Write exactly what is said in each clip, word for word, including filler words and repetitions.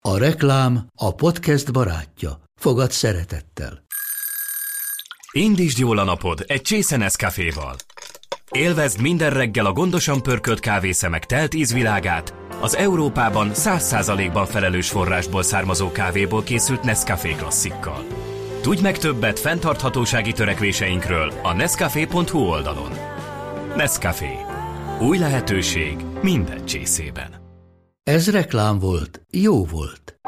A reklám a podcast barátja. Fogad szeretettel. Indítsd jól a napod egy csésze Nescaféval. Élvezd minden reggel a gondosan pörkölt kávészemek telt ízvilágát, az Európában száz százalékban felelős forrásból származó kávéból készült Nescafé klasszikkal. Tudj meg többet fenntarthatósági törekvéseinkről a nescafé pont hu oldalon. Nescafé. Új lehetőség minden csészében. Ez reklám volt, jó volt.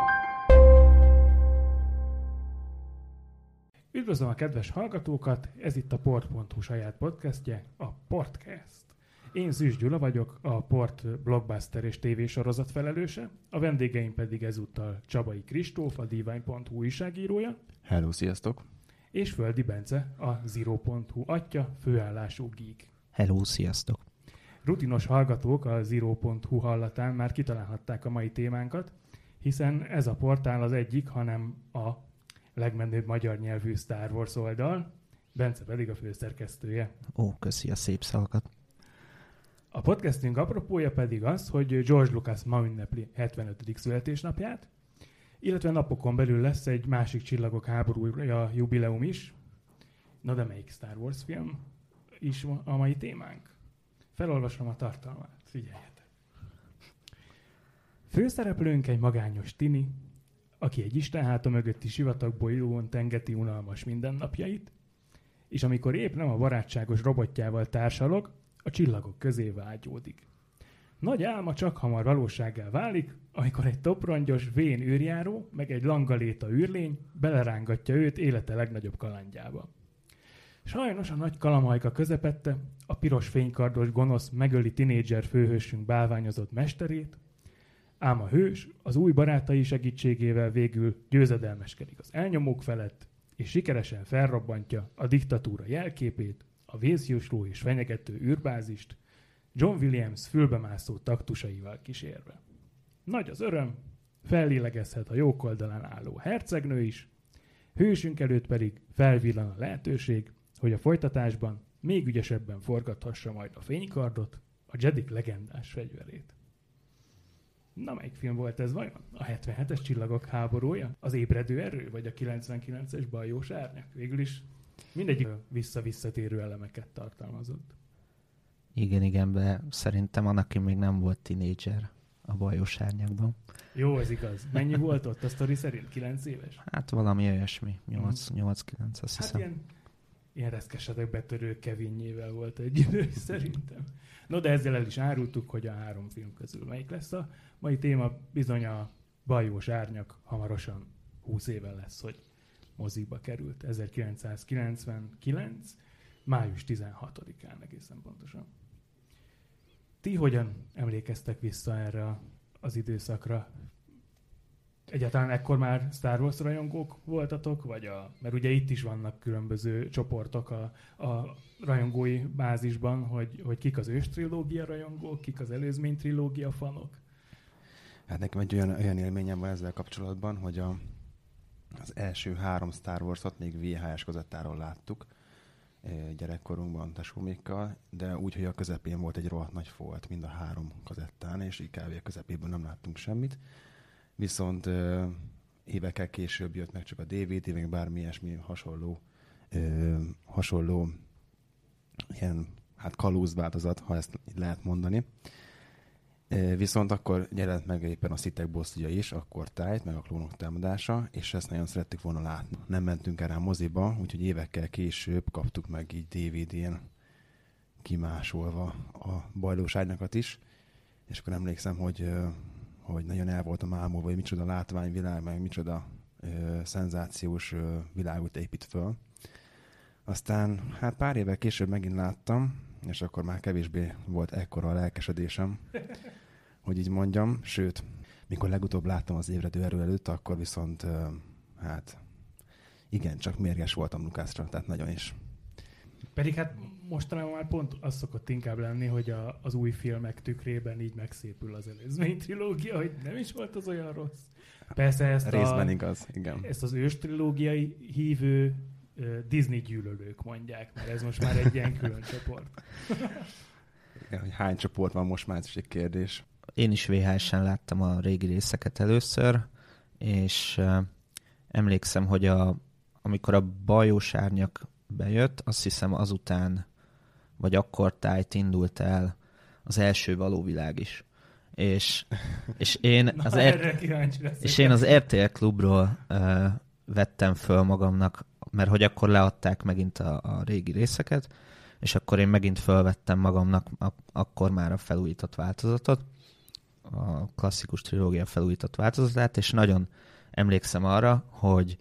Üdvözlöm a kedves hallgatókat, ez itt a port pont hu saját podcastje, a Portcast. Én Szűcs Gyula vagyok, a Port blockbuster és tévésorozat felelőse, a vendégeim pedig ezúttal Csabai Kristóf, a Divány pont hu újságírója. Hello, sziasztok! És Földi Bence, a Zero pont hu atya, főállású geek. Hello, sziasztok! Rutinos hallgatók a Zero pont hu hallatán már kitalálhatták a mai témánkat, hiszen ez a portál az egyik, hanem a legmenőbb magyar nyelvű Star Wars oldal, Bence pedig a főszerkesztője. Ó, köszi a szép szavakat. A podcastünk apropója pedig az, hogy George Lucas ma ünnepli hetvenötödik születésnapját, illetve napokon belül lesz egy másik Csillagok háborúja jubileum is. Na de melyik Star Wars film is a mai témánk? Felolvasom a tartalmát, figyeljetek. Főszereplőnk egy magányos tini, aki egy istenháta mögötti sivatagból jóon tengeti unalmas mindennapjait, és amikor épp nem a barátságos robotjával társalog, a csillagok közé vágyódik. Nagy álma csak hamar valósággá válik, amikor egy toprongyos, vén űrjáró, meg egy langaléta űrlény belerángatja őt élete legnagyobb kalandjába. Sajnos a nagy kalamajka közepette a piros fénykardos gonosz megöli tinédzser főhősünk bálványozott mesterét, ám a hős az új barátai segítségével végül győzedelmeskedik az elnyomók felett, és sikeresen felrobbantja a diktatúra jelképét, a vészjósló és fenyegető űrbázist, John Williams fülbemászó taktusaival kísérve. Nagy az öröm, fellélegezhet a jók oldalán álló hercegnő is, hősünk előtt pedig felvillan a lehetőség, hogy a folytatásban még ügyesebben forgathassa majd a fénykardot, a Jedik legendás fegyverét. Na, melyik film volt ez vajon? A hetvenhetes Csillagok háborúja? Az ébredő erő? Vagy a kilencvenkilences Bajós árnyak? Végül is mindegyik vissza-visszatérő elemeket tartalmazott. Igen, igen, de szerintem annak még nem volt tinédzser a Bajós árnyakban. Jó, ez igaz. Mennyi volt ott a sztori szerint? kilenc éves? Hát valami olyasmi. nyolc kilenc, azt hát hiszem. Ilyen, ilyen reszkesedek betörő Kevinnyével volt egy idő, szerintem. No, de ezzel el is árultuk, hogy a három film közül melyik lesz a mai téma. Bizony a Bajós árnyak hamarosan húsz éve lesz, hogy mozikba került. ezerkilencszázkilencvenkilenc. május tizenhatodikán egészen pontosan. Ti hogyan emlékeztek vissza erre az időszakra? Egyáltalán ekkor már Star Wars rajongók voltatok? Vagy a, mert ugye itt is vannak különböző csoportok a, a rajongói bázisban, hogy, hogy kik az ős trilógia rajongók, kik az előzmény trilógia fanok. Hát nekem egy olyan, olyan élményem van ezzel kapcsolatban, hogy a, az első három Star Wars-ot még vé há es kazettáról láttuk gyerekkorunkban tesómékkal, de úgy, hogy a közepén volt egy rohadt nagy folt mind a három kazettán, és így kávé a közepéből nem láttunk semmit. Viszont ö, évekkel később jött meg csak a dé vé dé, meg bármi ilyesmi hasonló, ö, hasonló ilyen, hát kalóz változat, ha ezt így lehet mondani. Ö, viszont akkor jelent meg éppen a Sith-ek bosszúja is, akkor tájt, meg a klónok támadása, és ezt nagyon szerettük volna látni. Nem mentünk el rá moziba, úgyhogy évekkel később kaptuk meg így dé vé dén kimásolva a Bajós árnyakat is, és akkor emlékszem, hogy ö, hogy nagyon el voltam ámulva, hogy micsoda látványvilág, meg micsoda ö, szenzációs ö, világot épít föl. Aztán hát pár évvel később megint láttam, és akkor már kevésbé volt ekkora a lelkesedésem, hogy így mondjam. Sőt, mikor legutóbb láttam az ébredő erő előtt, akkor viszont ö, hát igen, csak mérges voltam Lucasra, tehát nagyon is. Pedig hát mostanában már pont az szokott inkább lenni, hogy a, az új filmek tükrében így megszépül az előzmény trilógia, hogy nem is volt az olyan rossz. Persze ezt, részben a, igaz, igen. ezt az ős trilógiai hívő uh, Disney gyűlölők mondják, mert ez most már egy ilyen külön csoport. Igen, hogy hány csoport van most már, ez is egy kérdés. Én is vé há esen láttam a régi részeket először, és uh, emlékszem, hogy a, amikor a Bajós Árnyak bejött, azt hiszem azután, vagy akkor tájt indult el az első való világ is. És, és, én, Na, az R- és én az er té el Klubról uh, vettem föl magamnak, mert hogy akkor leadták megint a, a régi részeket, és akkor én megint fölvettem magamnak a, akkor már a felújított változatot, a klasszikus trilógia felújított változatát, és nagyon emlékszem arra, hogy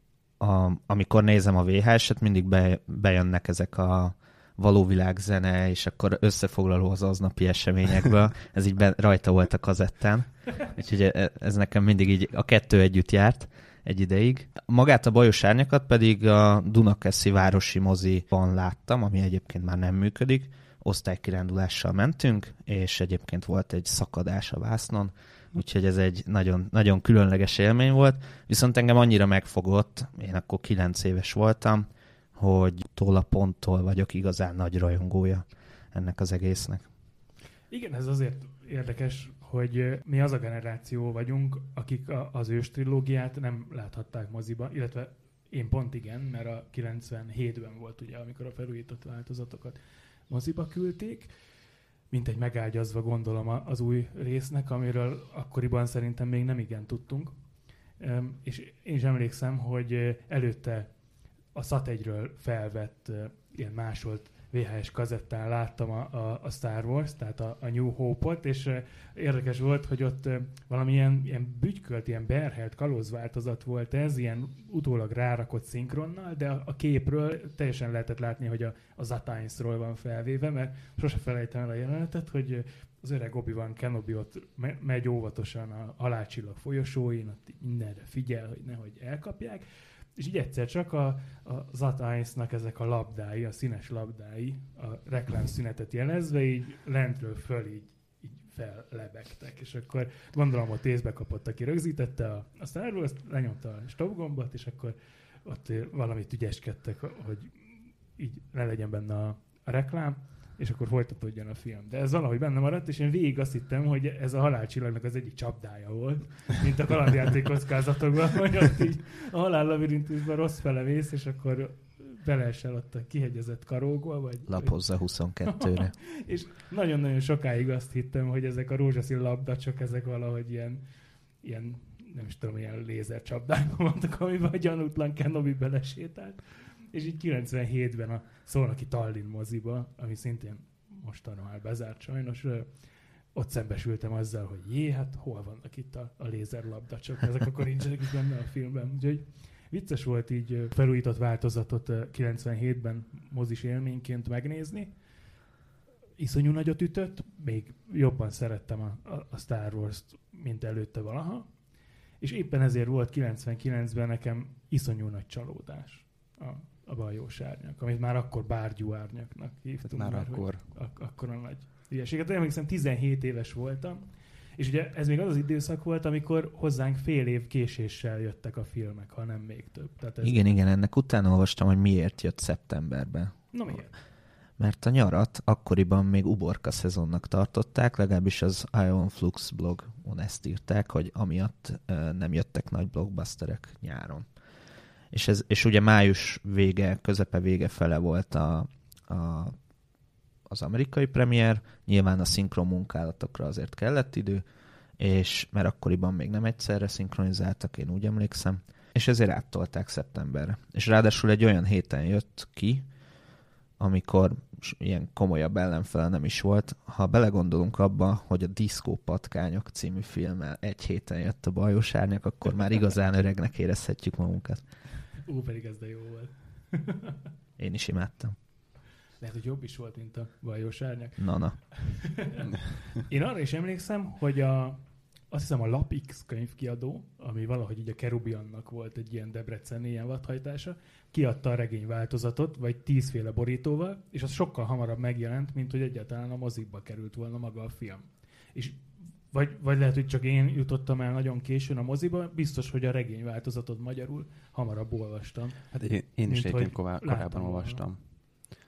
a, amikor nézem a vé há es-et, mindig be, bejönnek ezek a valóvilág zene, és akkor összefoglaló az aznapi eseményekből. Ez így ben, rajta volt a kazettán. Úgyhogy ez nekem mindig így a kettő együtt járt egy ideig. Magát a Bajos Árnyakat pedig a Dunakeszi városi moziban láttam, ami egyébként már nem működik. Osztálykirándulással mentünk, és egyébként volt egy szakadás a vásznon, úgyhogy ez egy nagyon, nagyon különleges élmény volt. Viszont engem annyira megfogott, én akkor kilenc éves voltam, hogy tól a ponttól vagyok igazán nagy rajongója ennek az egésznek. Igen, ez azért érdekes, hogy mi az a generáció vagyunk, akik a, az ős trilógiát nem láthatták moziba, illetve én pont igen, mert a kilencvenhétben volt ugye, amikor a felújított változatokat moziba küldték, mint egy megágyazva gondolom az új résznek, amiről akkoriban szerintem még nem igen tudtunk. És én is emlékszem, hogy előtte a szat egyről felvett ilyen másolt vé há es kazettán láttam a, a, a Star Wars, tehát a, a New Hope-ot, és uh, érdekes volt, hogy ott uh, valamilyen ilyen bütykölt, ilyen berhelt kalózváltozat volt ez, ilyen utólag rárakott szinkronnal, de a, a képről teljesen lehetett látni, hogy a, a Zatainsról van felvéve, mert sose felejtem el a jelenetet, hogy uh, az öreg Obi-Wan Kenobi ott me- megy óvatosan a halálcsillag folyosóin, ott mindenre figyel, hogy nehogy elkapják, és így egyszer csak a, a Zatainsnak ezek a labdái, a színes labdái, a reklámszünetet jelezve, így lentről föl így, így fellebegtek. És akkor gondolom, hogy észbe kapott, aki rögzítette a, a Star Wars, lenyomta a stop gombot, és akkor ott valamit ügyeskedtek, hogy így ne legyen benne a, a reklám, és akkor folytatódjon a film. De ez valahogy benne maradt, és én végig azt hittem, hogy ez a halálcsillagnak az egyik csapdája volt, mint a kalandjáték kockázatokban, hogy ott így a halállabirintusban rossz fele vész, és akkor beleesel ott a kihegyezett karógba, vagy... Lapozza huszonkettőre. És nagyon-nagyon sokáig azt hittem, hogy ezek a rózsaszín labdacsok, ezek valahogy ilyen, ilyen nem is tudom, ilyen lézercsapdák voltak, amiben a gyanútlan Kenobi belesétált. És így kilencvenhétben a Szolnoki Tallinn moziba, ami szintén mostanra már bezárt sajnos, ott szembesültem azzal, hogy jé, hát hol vannak itt a, a lézerlabdacsok, ezek akkor nincsenek is benne a filmben. Úgyhogy vicces volt így felújított változatot kilencvenhétben mozis élményként megnézni. Iszonyú nagyot ütött, még jobban szerettem a, a, a Star Wars-t, mint előtte valaha. És éppen ezért volt kilencvenkilencben nekem iszonyú nagy csalódás a a Bajós Árnyak, amit már akkor Bárgyú Árnyaknak hívtunk. Már már akkor. Ak- akkor a nagy hülyeséget. Emlékszem, tizenhét éves voltam, és ugye ez még az az időszak volt, amikor hozzánk fél év késéssel jöttek a filmek, ha nem még több. Tehát ez... Igen, igen, ennek utána olvastam, hogy miért jött szeptemberben. Na miért? Mert a nyarat akkoriban még uborka szezonnak tartották, legalábbis az Ion Flux blogon ezt írták, hogy amiatt uh, nem jöttek nagy blockbusterek nyáron. És, ez, és ugye május vége, közepe vége fele volt a, a, az amerikai premier, nyilván a szinkron munkálatokra azért kellett idő, és mert akkoriban még nem egyszerre szinkronizáltak, én úgy emlékszem, és ezért áttolták szeptemberre. És ráadásul egy olyan héten jött ki, amikor ilyen komolyabb ellenfele nem is volt. Ha belegondolunk abba, hogy a Diszkó Patkányok című filmmel egy héten jött a Bajós Árnyak, akkor már igazán öregnek érezhetjük magunkat. Ú, pedig ez de jó volt. Én is imádtam. Lehet, hogy jobb is volt, mint a Bajós Árnyak. Na, na. Én arra is emlékszem, hogy a, azt hiszem a Lap X könyvkiadó, ami valahogy így a Kerubiannak volt egy ilyen debreceni ilyen vadhajtása, kiadta a regényváltozatot, vagy tízféle borítóval, és az sokkal hamarabb megjelent, mint hogy egyáltalán a mozikba került volna maga a film. És Vagy, vagy lehet, hogy csak én jutottam el nagyon későn a moziba, biztos, hogy a regényváltozatot magyarul hamarabb olvastam. Hát én, én is egyébként korábban olvastam.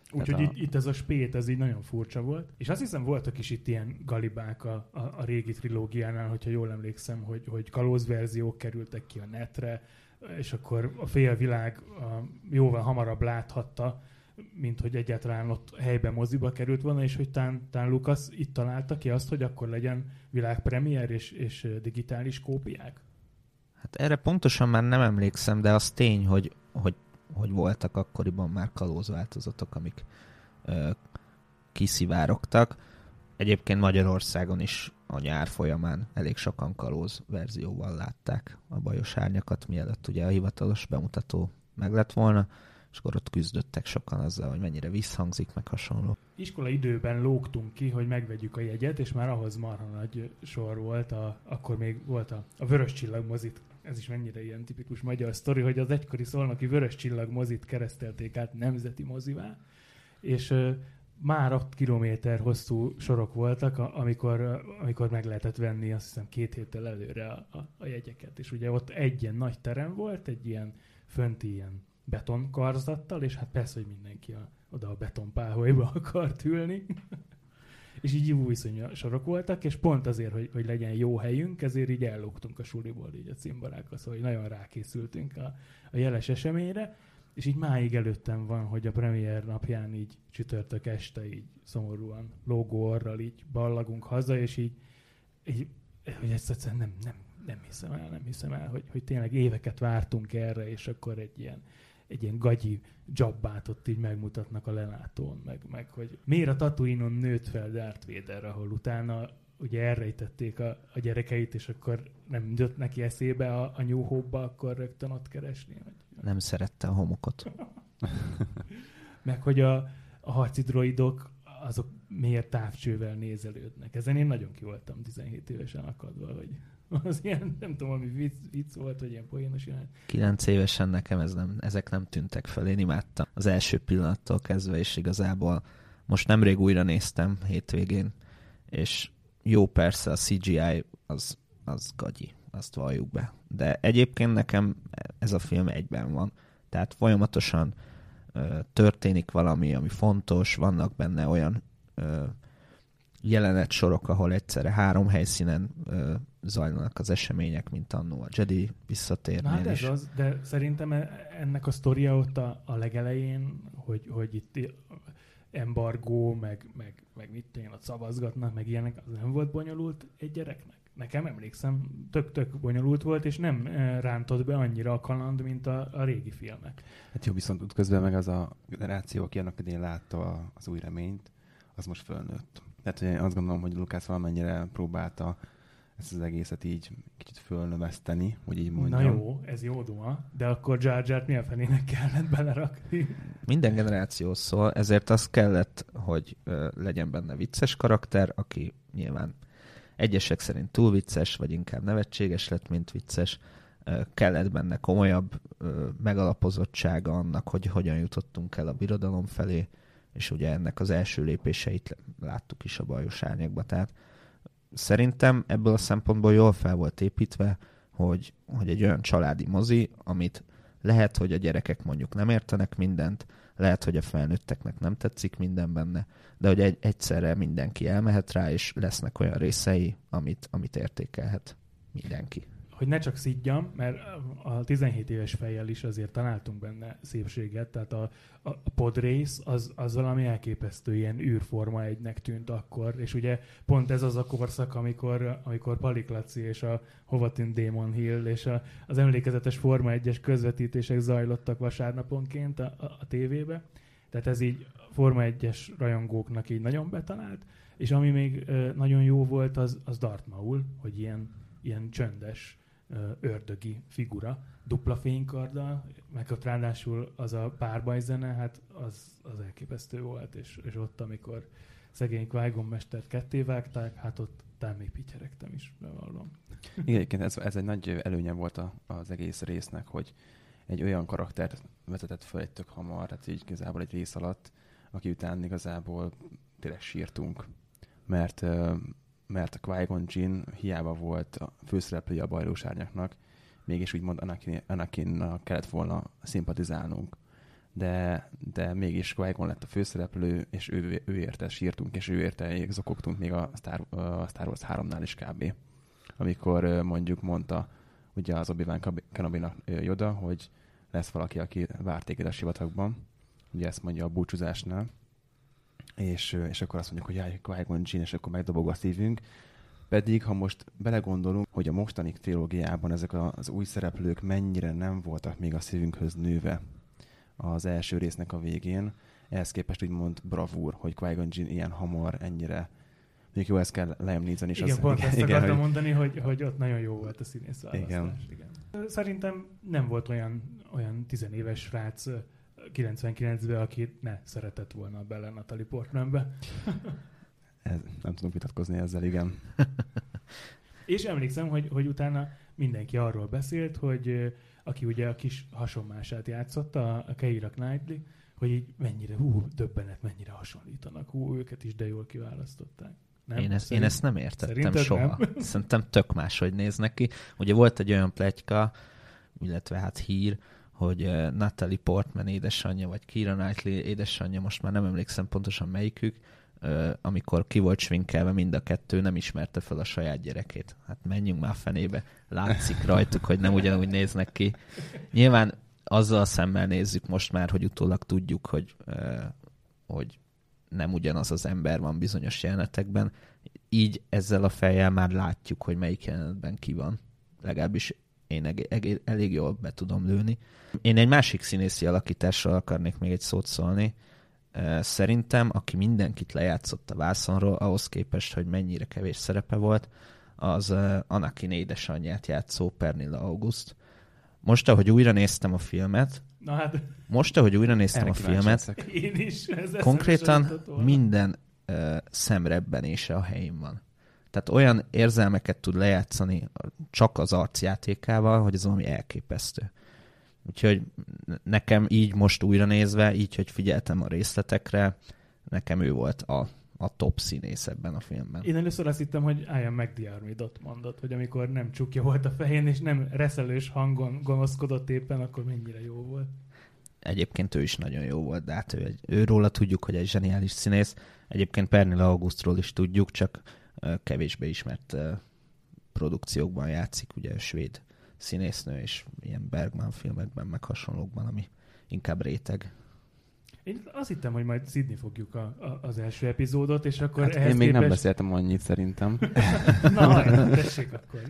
Úgyhogy a... itt, itt ez a spét, ez így nagyon furcsa volt. És azt hiszem voltak is itt ilyen galibák a, a, a régi trilógiánál, hogyha jól emlékszem, hogy, hogy kalózverziók kerültek ki a netre, és akkor a félvilág a, jóval hamarabb láthatta, mint hogy egyáltalán ott helyben moziba került volna, és hogy tán, tán Lucas itt találta ki azt, hogy akkor legyen világpremiér és, és digitális kópiák? Hát erre pontosan már nem emlékszem, de az tény, hogy, hogy, hogy voltak akkoriban már kalózváltozatok, amik ö, kiszivárogtak. Egyébként Magyarországon is a nyár folyamán elég sokan kalóz verzióval látták a Bajos Árnyakat, mielőtt ugye a hivatalos bemutató meg lett volna, és akkor ott küzdöttek sokan azzal, hogy mennyire visszhangzik, meg hasonló. Iskola időben lógtunk ki, hogy megvegyük a jegyet, és már ahhoz marha nagy sor volt, a, akkor még volt a, a Vörös Csillag mozit. Ez is mennyire ilyen tipikus magyar sztori, hogy az egykori szolnoki Vörös Csillag mozit keresztelték át nemzeti mozivá, és uh, már ott kilométer hosszú sorok voltak, amikor, uh, amikor meg lehetett venni, azt hiszem két héttel előre a, a, a jegyeket. És ugye ott egy ilyen nagy terem volt, egy ilyen fönti ilyen betonkarzattal, és hát persze, hogy mindenki a, oda a betonpáholyba akart ülni. És így jó viszonyú sorok voltak, és pont azért, hogy, hogy legyen jó helyünk, ezért így ellógtunk a suliból így a cimborákkal, szóval nagyon rákészültünk a, a jeles eseményre, és így máig előttem van, hogy a premier napján így csütörtök este így szomorúan lógó orral így ballagunk haza, és így, így hogy ezt egyszerűen nem, nem, nem hiszem el, nem hiszem el, hogy, hogy tényleg éveket vártunk erre, és akkor egy ilyen egy ilyen gagyi dzsabbát ott így megmutatnak a lelátón, meg, meg hogy miért a Tatooine-on nőtt fel Darth Vader, ahol utána ugye elrejtették a, a gyerekeit, és akkor nem jött neki eszébe a, a New Hope-ba, akkor rögtön ott keresni. Vagy... Nem szerette a homokot. meg hogy a, a harci droidok, azok miért távcsővel nézelődnek. Ezen én nagyon ki voltam tizenhét évesen akadva, hogy az ilyen, nem tudom, ami vicc, vicc volt, vagy ilyen poénos irány. Kilenc évesen nekem ez nem, ezek nem tűntek fel, én imádtam az első pillanattól kezdve, és igazából most nemrég újra néztem hétvégén, és jó, persze a cé gé í az, az gagyi, azt valljuk be. De egyébként nekem ez a film egyben van. Tehát folyamatosan ö, történik valami, ami fontos, vannak benne olyan ö, jelenet sorok, ahol egyszerre három helyszínen ö, zajlanak az események, mint annó a Jedi visszatérnél hát ez is. az, de szerintem ennek a sztoria ott a, a legelején, hogy, hogy itt embargó, meg, meg, meg mit én ott szavazgatnak, meg ilyenek, az nem volt bonyolult egy gyereknek. Nekem emlékszem, tök-tök bonyolult volt, és nem rántott be annyira a kaland, mint a, a régi filmek. Hát jó, viszont közben meg az a generáció, aki annak idén látta az új reményt, az most fölnőtt. Tehát én azt gondolom, hogy Lucas valamennyire próbálta ezt az egészet így kicsit fölnöveszteni, hogy így mondjam. Na jó, ez jó duma, de akkor Jar Jart mi a fenének kellett belerakni? Minden generáció szól, ezért az kellett, hogy ö, legyen benne vicces karakter, aki nyilván egyesek szerint túl vicces, vagy inkább nevetséges lett, mint vicces. Ö, kellett benne komolyabb ö, megalapozottsága annak, hogy hogyan jutottunk el a birodalom felé, és ugye ennek az első lépéseit láttuk is a Bajos Árnyakba. Tehát szerintem ebből a szempontból jól fel volt építve, hogy, hogy egy olyan családi mozi, amit lehet, hogy a gyerekek mondjuk nem értenek mindent, lehet, hogy a felnőtteknek nem tetszik minden benne, de hogy egy, egyszerre mindenki elmehet rá, és lesznek olyan részei, amit, amit értékelhet mindenki. Hogy ne csak szidjam, mert a tizenhét éves fejjel is azért találtunk benne szépséget, tehát a, a podrész az, az valami elképesztő ilyen űrforma egynek tűnt akkor, és ugye pont ez az a korszak, amikor, amikor Palik Laci és a Hova tűnt Damon Hill és a, az emlékezetes Forma egyes közvetítések zajlottak vasárnaponként a, a, a tévébe, tehát ez így Forma egyes rajongóknak így nagyon betalált, és ami még ö, nagyon jó volt, az, az Darth Maul, hogy ilyen, ilyen csöndes, ördögi figura, dupla fénykarddal, meg ott ráadásul az a párbajzene, hát az, az elképesztő volt, és, és ott, amikor szegény Qui-Gon mestert ketté vágták, hát ott talán még pityeregtem is, bevallom. Igen, ez, ez egy nagy előnye volt a, az egész résznek, hogy egy olyan karaktert vezetett fel egy tök hamar, tehát így igazából egy rész alatt, aki után igazából tényleg sírtunk, mert mert a Qui-Gon Jinn hiába volt a főszereplője a Bajós Árnyaknak, mégis úgymond Anakin, Anakinnak kellett volna szimpatizálnunk. de, de mégis Qui-Gon lett a főszereplő, és ő, ő érte sírtunk, és ő érte zokogtunk még a Star, a Star Wars háromnál is kb. Amikor mondjuk mondta ugye az Obi-Wan Kenobi-nak Yoda, hogy lesz valaki, aki vár téged a sivatagban. Ugye ezt mondja a búcsúzásnál. És, és akkor azt mondjuk, hogy jaj, Qui-Gon Jinn, és akkor megdobog a szívünk. Pedig, ha most belegondolunk, hogy a mostani trilógiában ezek az új szereplők mennyire nem voltak még a szívünkhöz nőve az első résznek a végén, ehhez képest úgymond bravúr, hogy Qui-Gon Jinn ilyen hamar, ennyire. Még jó, ezt kell Liam Neeson is. Igen, az, pont igen, ezt igen, akartam hogy... mondani, hogy, hogy ott nagyon jó volt a színész választás. Igen. Igen. Szerintem nem volt olyan, olyan tizenéves srác kilencvenkilencben, aki ne szeretett volna bele Natalie Portmanbe. Ez, nem tudunk vitatkozni ezzel, igen. És emlékszem, hogy, hogy utána mindenki arról beszélt, hogy aki ugye a kis hasonmását játszotta, a Keira Knightley, hogy így mennyire, hú, döbbenet, mennyire hasonlítanak, hú, őket is de jól kiválasztották. Nem? Én, ezt, én ezt nem értettem Szerinted soha. Nem? Szerintem tök máshogy néznek ki. Ugye volt egy olyan pletyka, illetve hát hír, hogy Natalie Portman édesanyja, vagy Keira Knightley édesanyja, most már nem emlékszem pontosan melyikük, amikor ki volt sminkelve mind a kettő, nem ismerte fel a saját gyerekét. Hát menjünk már fenébe. Látszik rajtuk, hogy nem ugyanúgy néznek ki. Nyilván azzal szemmel nézzük most már, hogy utólag tudjuk, hogy, hogy nem ugyanaz az ember van bizonyos jelenetekben. Így ezzel a fejjel már látjuk, hogy melyik jelenetben ki van. Legalábbis én eg- eg- elég jól be tudom lőni. Én egy másik színészi alakításról akarnék még egy szót szólni. Szerintem, aki mindenkit lejátszott a vászonról, ahhoz képest, hogy mennyire kevés szerepe volt, az Anakin édesanyját játszó Pernilla August. Most, ahogy újra néztem a filmet, Na hát, most, ahogy újra néztem a filmet, én is. Ez konkrétan minden uh, szemrebbenése a helyén van. Tehát olyan érzelmeket tud lejátszani csak az arcjátékával, hogy ez valami elképesztő. Úgyhogy nekem így most újra nézve, így, hogy figyeltem a részletekre, nekem ő volt a, a top színész ebben a filmben. Én először azt hittem, hogy I am McDiarmidot mondott, hogy amikor nem csukja volt a fején, és nem reszelős hangon gonoszkodott éppen, akkor mennyire jó volt. Egyébként ő is nagyon jó volt, de hát ő, egy, őróla tudjuk, hogy egy zseniális színész. Egyébként Pernilla Augustról is tudjuk, csak uh, kevésbé ismert uh, produkciókban játszik, ugye svéd színésznő, és ilyen Bergman filmekben, meg hasonlókban, ami inkább réteg. Én azt hittem, hogy majd szidni fogjuk a, a, az első epizódot, és akkor Hát ehhez én még képest... nem beszéltem annyit szerintem. Na, tessék akkor.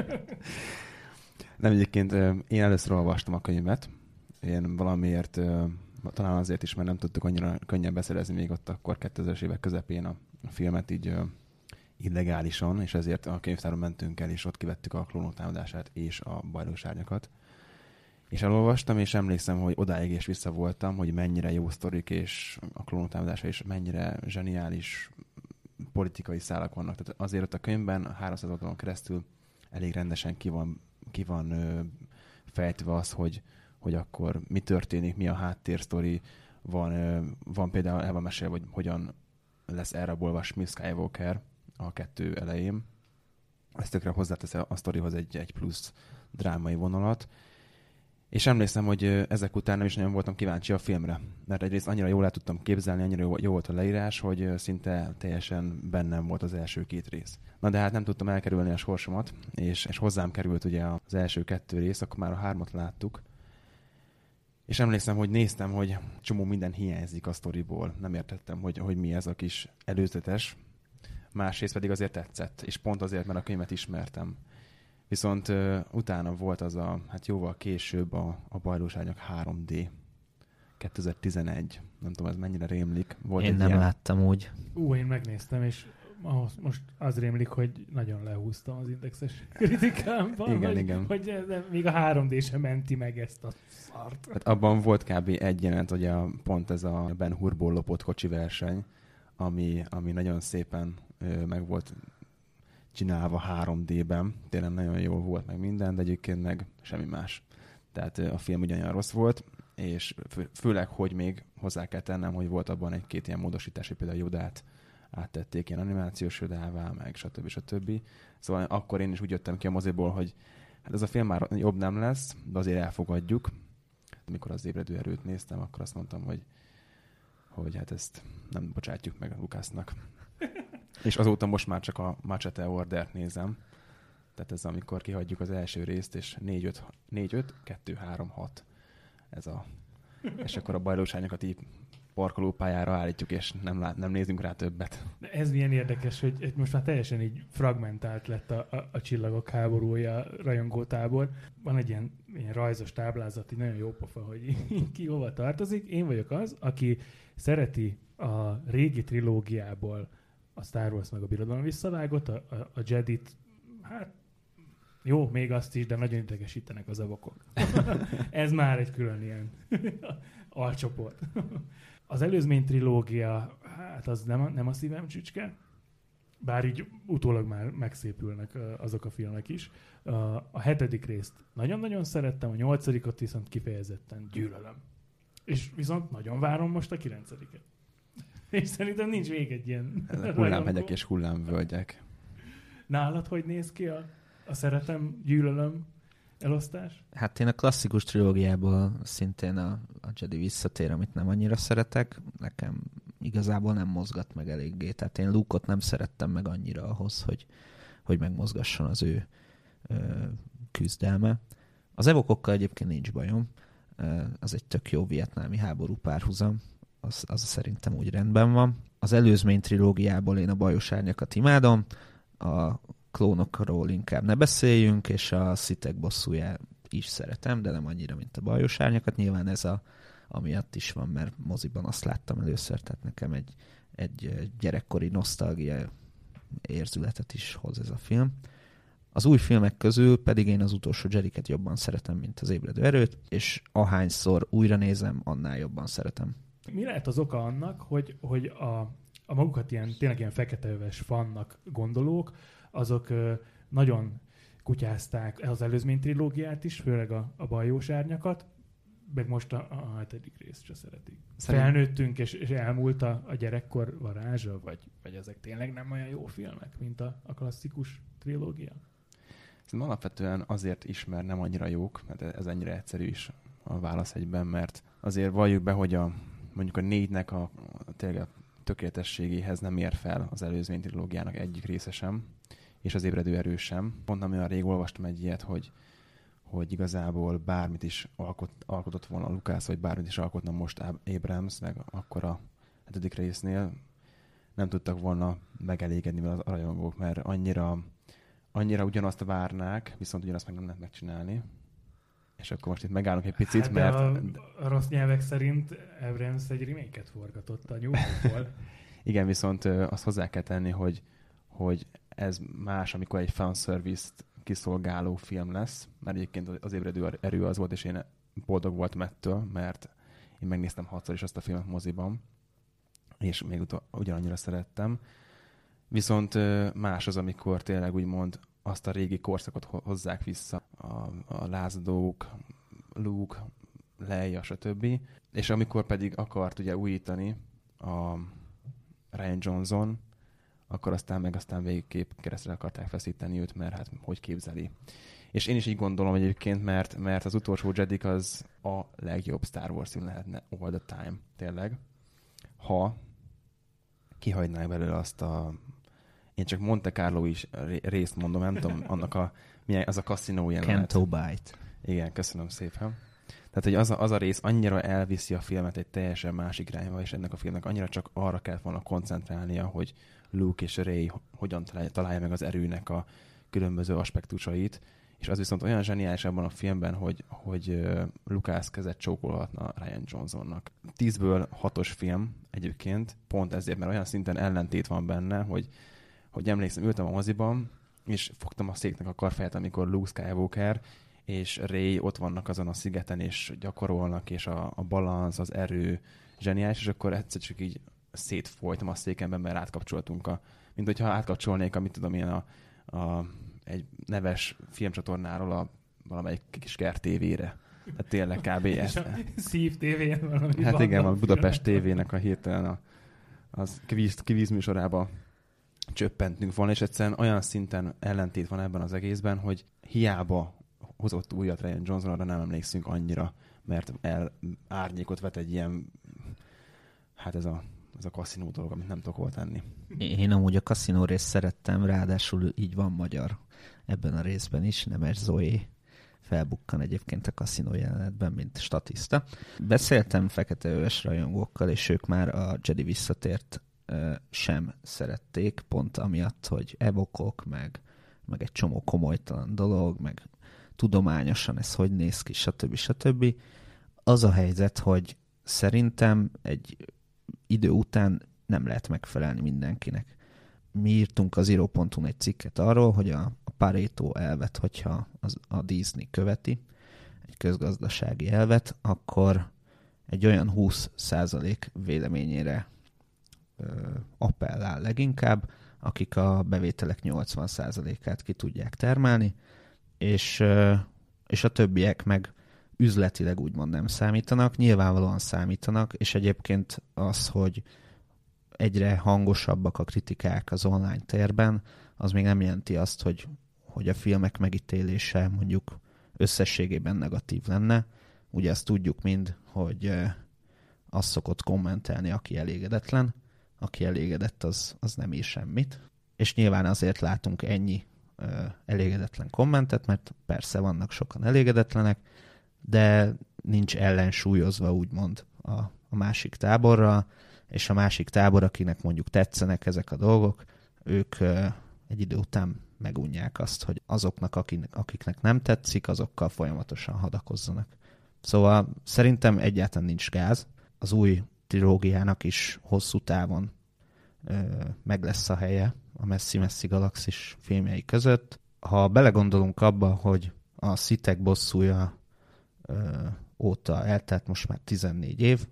Nem, egyébként én először olvastam a könyvet. Én valamiért, talán azért is, mert nem tudtuk annyira könnyen beszerezni még ott akkor kétezres évek közepén a filmet így illegálisan, és ezért a könyvtáron mentünk el, és ott kivettük a Klónok támadását és a Bajlós árnyakat. És elolvastam, és emlékszem, hogy odáig és vissza voltam, hogy mennyire jó sztorik, és a Klónok támadása is mennyire zseniális politikai szálak vannak. Tehát azért ott a könyvben háromszáz oldalon keresztül elég rendesen ki van, ki van ö, fejtve az, hogy, hogy akkor mi történik, mi a háttérsztori. Van, ö, van például el van mesélve, hogy hogyan lesz elrabolva Smith Skywalker a kettő elején. Ez tökre hozzátesz a sztorihoz egy, egy plusz drámai vonalat. És emlékszem, hogy ezek után nem is nagyon voltam kíváncsi a filmre. Mert egyrészt annyira jól el tudtam képzelni, annyira jó, jó volt a leírás, hogy szinte teljesen bennem volt az első két rész. Na de hát nem tudtam elkerülni a sorsomat, és, és hozzám került ugye az első kettő rész, akkor már a hármat láttuk. És emlékszem, hogy néztem, hogy csomó minden hiányzik a sztoriból. Nem értettem, hogy, hogy mi ez a kis előzetes. Másrészt pedig azért tetszett, és pont azért, mert a könyvet ismertem. Viszont uh, utána volt az a, hát jóval később a, a Bajlós árnyak három dé. kétezer-tizenegy. Nem tudom, ez mennyire rémlik. Volt Én nem ilyen... láttam úgy. Ú, én megnéztem, és ahhoz most az rémlik, hogy nagyon lehúztam az indexes kritikámban. Igen, hogy, igen. Hogy de még a három dé sem menti meg ezt a szart. Hát abban volt kb. Egy jelent, hogy a, pont ez a Ben Hurból lopott kocsi verseny, ami, ami nagyon szépen ö, meg volt csinálva három dében. Tényleg nagyon jó volt meg minden, de egyébként meg semmi más. Tehát a film ugyanolyan rossz volt, és fő, főleg, hogy még hozzá kell tennem, hogy volt abban egy-két ilyen módosítás, hogy például Jodát áttették ilyen animációs Jodává, meg stb. stb. Szóval akkor én is úgy jöttem ki a moziból, hogy hát ez a film már jobb nem lesz, de azért elfogadjuk. Amikor az ébredő erőt néztem, akkor azt mondtam, hogy, hogy hát ezt nem bocsátjuk meg a Lucasnak. És azóta most már csak a Machete Ordert nézem. Tehát ez amikor kihagyjuk az első részt, és négy öt, kettő három hat. Ez a... És akkor a bajlósányokat így parkolópályára állítjuk, és nem, lát, nem nézünk rá többet. De ez milyen érdekes, hogy most már teljesen így fragmentált lett a, a, a Csillagok háborúja rajongótábor. Van egy ilyen, ilyen rajzos táblázat, így nagyon jó pofa, hogy ki hova tartozik. Én vagyok az, aki szereti a régi trilógiából a Star Wars meg a Birodalom visszavágott, a, a, a Jedit, hát jó, még azt is, de nagyon idegesítenek az avokok. Ez már egy külön ilyen alcsoport. Az előzmény trilógia, hát az nem a, nem a szívem csücske, bár így utólag már megszépülnek azok a filmek is. A hetedik részt nagyon-nagyon szerettem, a nyolcadikot viszont kifejezetten gyűlölöm. És viszont nagyon várom most a kilencediket. És szerintem nincs még egy ilyen... Hullámhegyek és hullámvölgyek. Nálad hogy néz ki a, a szeretem, gyűlölöm elosztás? Hát én a klasszikus trilógiából szintén a, a Jedi visszatér, amit nem annyira szeretek. Nekem igazából nem mozgat meg eléggé. Tehát én Luke-ot nem szerettem meg annyira ahhoz, hogy, hogy megmozgasson az ő ö, küzdelme. Az evokokkal egyébként nincs bajom. Az egy tök jó vietnámi háború párhuzam. Az, az szerintem úgy rendben van. Az előzmény trilógiából én a bajos árnyakat imádom. A klónokról inkább ne beszéljünk, és a szitek bosszúját is szeretem, de nem annyira, mint a bajos árnyakat. Nyilván ez a, amiatt is van, mert moziban azt láttam először, tehát nekem egy, egy gyerekkori nosztalgia érzületet is hoz ez a film. Az új filmek közül pedig én az utolsó Jediket jobban szeretem, mint az ébredő erőt, és ahányszor újra nézem, annál jobban szeretem. Mi lehet az oka annak, hogy, hogy a, a magukat ilyen, tényleg ilyen feketeöves fannak gondolók, azok ö, nagyon kutyázták az előzmény trilógiát is, főleg a, a bajós árnyakat, meg most a, a hetedik részt se szeretik. Szerint... Felnőttünk, és, és elmúlt a, a gyerekkor varázsa, vagy, vagy ezek tényleg nem olyan jó filmek, mint a, a klasszikus trilógia? Szerintem alapvetően azért is, mert nem annyira jók, mert ez ennyire egyszerű is a válasz egyben, mert azért valljuk be, hogy a, mondjuk a négynek a, a, tényleg a tökéletességéhez nem ér fel az előzmény trilógiának egyik része sem, és az ébredő erő sem. Pont nem olyan rég olvastam egy ilyet, hogy, hogy igazából bármit is alkot, alkotott volna Lucas, vagy bármit is alkotna most Abrams, meg akkor a hetedik résznél nem tudtak volna megelégedni az rajongók, mert annyira, annyira ugyanazt várnák, viszont ugyanazt meg nem lehet megcsinálni. És akkor most itt megállunk egy picit, hát mert... A, a rossz nyelvek szerint Abrams egy remake-et forgatott a New Hope-ból. Igen, viszont azt hozzá kell tenni, hogy, hogy ez más, amikor egy fanservice-t kiszolgáló film lesz, mert egyébként az ébredő erő az volt, és én boldog voltam ettől, mert én megnéztem hatszor is azt a filmet moziban, és még utol, ugyanannyira szerettem. Viszont más az, amikor tényleg úgymond azt a régi korszakot hozzák vissza, a, a lázadók, Luke, Leia, stb. És amikor pedig akart ugye újítani a Rian Johnson, akkor aztán meg aztán végképp keresztre akarták feszíteni őt, mert hát hogy képzeli. És én is így gondolom egyébként, mert, mert az utolsó Jedik az a legjobb Star Wars film lehetne all the time, tényleg. Ha kihagynák belőle azt a... Én csak Monte Carlo is részt mondom, nem tudom, annak a... Milyen, az a kaszinó jelenet. Canto Bight. Igen, köszönöm szépen. Tehát, hogy az a, az a rész annyira elviszi a filmet egy teljesen másik irányba, és ennek a filmnek annyira csak arra kellett volna koncentrálnia, hogy Luke és Rey hogyan találja, találja meg az erőnek a különböző aspektusait, és az viszont olyan zseniális abban a filmben, hogy, hogy uh, Lucas kezet csókolhatna Rian Johnsonnak. Tízből hatos film egyébként, pont ezért, mert olyan szinten ellentét van benne, hogy, hogy emlékszem, ültem a moziban, és fogtam a széknek a karfáját, amikor Luke Skywalker és Rey ott vannak azon a szigeten, és gyakorolnak, és a, a balansz, az erő zseniális, és akkor egyszer csak így szétfolytam a székemben, mert átkapcsoltunk a... Mint hogyha átkapcsolnék, amit tudom én, a, a, egy neves filmcsatornáról a valamelyik kis kert tévére. Tehát tényleg kb. És a Szív tévén valami. Hát igen, a Budapest tévének a hirtelen a, az kvíz, kvízműsorába csöppentünk volna, és egyszerűen olyan szinten ellentét van ebben az egészben, hogy hiába hozott újat Ryan Johnsonra, nem emlékszünk annyira, mert el árnyékot vet egy ilyen, hát ez a, ez a kaszinó dolog, amit nem tudok hol tenni. Én amúgy a kaszinó részt szerettem, ráadásul így van magyar ebben a részben is, Nemes Zoé felbukkan egyébként a kaszinó jelenetben, mint statiszta. Beszéltem feketeöves rajongókkal, és ők már a Jedi visszatért uh, sem szerették, pont amiatt, hogy evokok, meg, meg egy csomó komolytalan dolog, meg tudományosan ez hogy néz ki, stb. stb. Az a helyzet, hogy szerintem egy idő után nem lehet megfelelni mindenkinek. Mi írtunk az író pont hu egy cikket arról, hogy a, a Pareto elvet, hogyha az, a Disney követi, egy közgazdasági elvet, akkor egy olyan húsz százalék véleményére ö, appellál leginkább, akik a bevételek nyolcvan százalékát ki tudják termelni, és, ö, és a többiek meg üzletileg úgymond nem számítanak, nyilvánvalóan számítanak, és egyébként az, hogy egyre hangosabbak a kritikák az online térben, az még nem jelenti azt, hogy, hogy a filmek megítélése mondjuk összességében negatív lenne. Ugye azt tudjuk mind, hogy azt szokott kommentelni, aki elégedetlen, aki elégedett, az, az nem ír semmit. És nyilván azért látunk ennyi elégedetlen kommentet, mert persze vannak sokan elégedetlenek, de nincs ellensúlyozva úgymond a, a másik táborral, és a másik tábor, akinek mondjuk tetszenek ezek a dolgok, ők egy idő után megunják azt, hogy azoknak, akik, akiknek nem tetszik, azokkal folyamatosan hadakozzanak. Szóval szerintem egyáltalán nincs gáz. Az új trilógiának is hosszú távon ö, meg lesz a helye a messzi-messzi galaxis filmjei között. Ha belegondolunk abba, hogy a Sithek bosszúja ö, óta eltelt most már tizennégy év,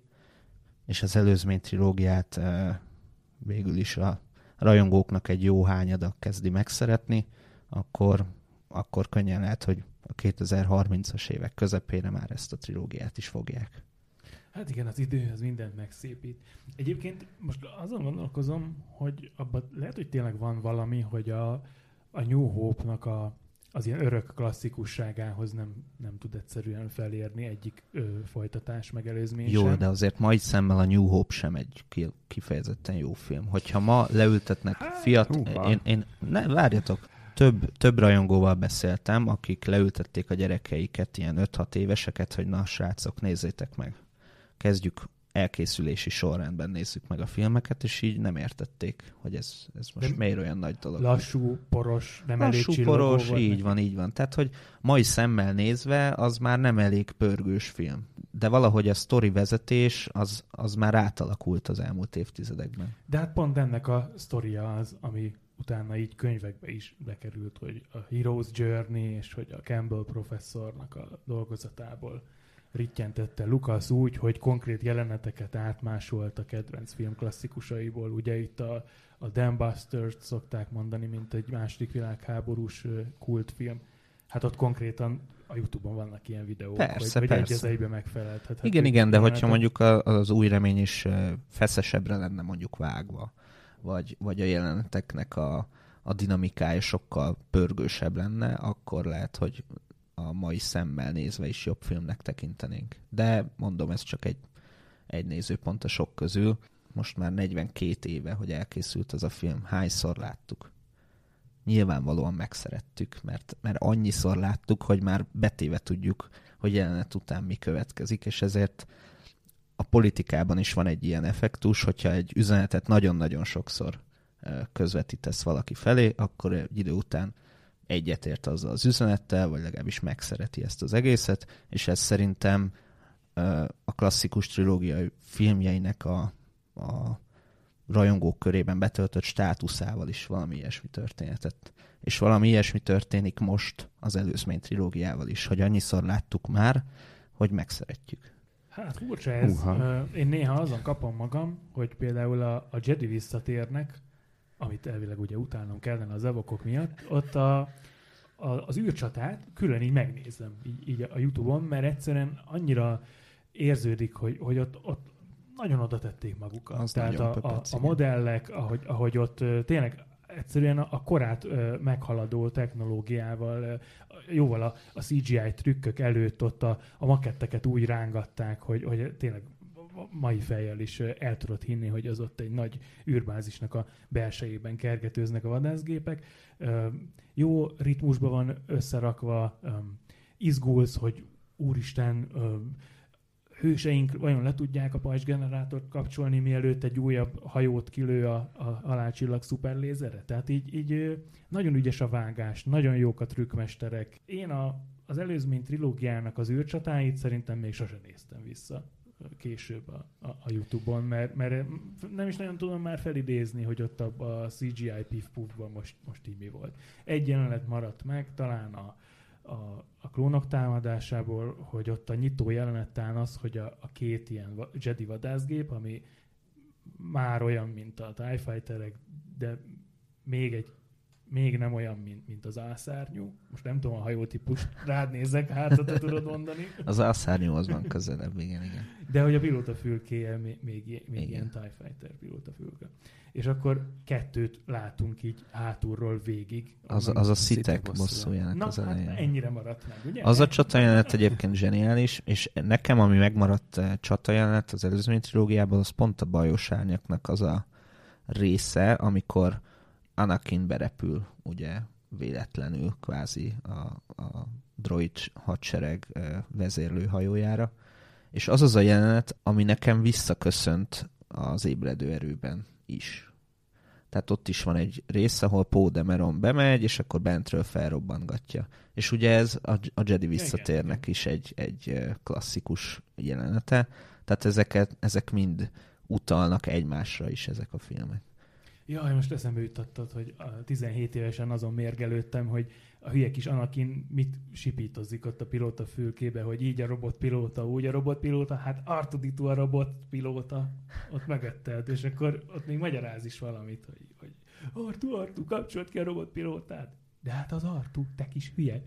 és az előzmény trilógiát e, végül is a rajongóknak egy jó hányada kezdi megszeretni, akkor, akkor könnyen lehet, hogy a kétezer-harmincas évek közepére már ezt a trilógiát is fogják. Hát igen, az idő az mindent megszépít. Egyébként most azon gondolkozom, hogy abban lehet, hogy tényleg van valami, hogy a, a New Hope-nak a az ilyen örök klasszikusságához nem, nem tud egyszerűen felérni egyik ö, folytatás megelőzmény Jó, sem. de azért mai szemmel a New Hope sem egy kifejezetten jó film. Hogyha ma leültetnek fiatal... Én, én, ne, várjatok, több, több rajongóval beszéltem, akik leültették a gyerekeiket, ilyen öt-hat éveseket, hogy na, srácok, nézzétek meg. Kezdjük elkészülési sorrendben nézzük meg a filmeket, és így nem értették, hogy ez, ez most de miért olyan nagy dolog. Lassú, poros, nem lassú, elég csillogó poros, volt így neki. van, így van. Tehát, hogy mai szemmel nézve, az már nem elég pörgős film. De valahogy a sztori vezetés, az, az már átalakult az elmúlt évtizedekben. De hát pont ennek a sztoria az, ami utána így könyvekbe is bekerült, hogy a Hero's Journey, és hogy a Campbell professzornak a dolgozatából rittyentette Lucas úgy, hogy konkrét jeleneteket átmásolt a kedvenc film klasszikusaiból. Ugye itt a, a Dan Busters-t szokták mondani, mint egy második világháborús kultfilm. Hát ott konkrétan a YouTube-on vannak ilyen videók, persze, hogy, hogy egy az egybe megfelelhet. Igen, igen, de hogyha mondjuk az új remény is feszesebbre lenne mondjuk vágva, vagy, vagy a jeleneteknek a, a dinamikája sokkal pörgősebb lenne, akkor lehet, hogy a mai szemmel nézve is jobb filmnek tekintenénk. De mondom, ez csak egy, egy nézőpont a sok közül. Most már negyvenkét éve, hogy elkészült ez a film. Hányszor láttuk? Nyilvánvalóan megszerettük, mert, mert annyiszor láttuk, hogy már betéve tudjuk, hogy jelenet után mi következik, és ezért a politikában is van egy ilyen effektus, hogyha egy üzenetet nagyon-nagyon sokszor közvetítesz valaki felé, akkor egy idő után egyetért azzal az üzenettel, vagy legalábbis megszereti ezt az egészet, és ez szerintem a klasszikus trilógia filmjeinek a, a rajongók körében betöltött státuszával is valami ilyesmi történetet. És valami ilyesmi történik most az előzmény trilógiával is, hogy annyiszor láttuk már, hogy megszeretjük. Hát furcsa ez. Uh-huh. Én néha azon kapom magam, hogy például a, a Jedi visszatérnek, amit elvileg ugye utálnom kellene az evokok miatt, ott a, a, az űrcsatát külön így megnézem így, így a YouTube-on, mert egyszerűen annyira érződik, hogy, hogy ott, ott nagyon oda tették magukat. Az Tehát a, a, a modellek, ahogy, ahogy ott tényleg egyszerűen a, a korát ö, meghaladó technológiával, ö, jóval a, a cé gé í trükkök előtt ott a, a maketteket úgy rángatták, hogy, hogy tényleg mai fejjel is el tudod hinni, hogy az ott egy nagy űrbázisnak a belsejében kergetőznek a vadászgépek. Ö, jó ritmusban van összerakva, ö, izgulsz, hogy úristen, ö, hőseink vajon le tudják a pajzsgenerátort kapcsolni, mielőtt egy újabb hajót kilő a, a halálcsillag szuperlézere. Tehát így, így nagyon ügyes a vágás, nagyon jók a trükkmesterek. Én a, az előzmény trilógiának az űrcsatáit szerintem még sosem néztem vissza később a, a, a YouTube-on, mert, mert nem is nagyon tudom már felidézni, hogy ott a, a cé gé í pif-pufban most, most így mi volt. Egy jelenet maradt meg, talán a A, a klónok támadásából, hogy ott a nyitó jelenettán az, hogy a, a két ilyen Jedi vadászgép, ami már olyan, mint a TIE Fighterek, de még, egy, még nem olyan, mint, mint az álszárnyú. Most nem tudom a hajótípust, rád nézek, hát te tudod mondani. Az álszárnyú az van közelebb, igen, igen. De hogy a pilótafülkéje még, még, még ilyen TIE Fighter pilótafülke. És akkor kettőt látunk így hátulról végig. Az, az a szitek bosszújának Na, az elején. Hát ennyire maradt meg, ugye? Az a csatajelenet egyébként zseniális, és nekem, ami megmaradt csatajelenet az előzmény trilógiában, az pont a bajos árnyaknak az a része, amikor Anakin berepül, ugye, véletlenül kvázi a, a droid hadsereg vezérlőhajójára. És az az a jelenet, ami nekem visszaköszönt az ébredő erőben is. Tehát ott is van egy rész, ahol Poe Dameron bemegy, és akkor bentről felrobbantgatja. És ugye ez a, a Jedi visszatérnek is egy, egy klasszikus jelenete. Tehát ezeket, ezek mind utalnak egymásra is ezek a filmek. Jaj, most eszembe jutottad, hogy tizenhét évesen azon mérgelődtem, hogy a hülye kis Anakin mit sipítozik ott a pilóta fülkébe, hogy így a robotpilóta, úgy a robotpilóta, hát er kettő dé kettő a robotpilóta ott mögötted, és akkor ott még magyaráz is valamit, hogy, hogy Artu, Artu, kapcsolt ki a robotpilótát. De hát az Artu, te kis hülye.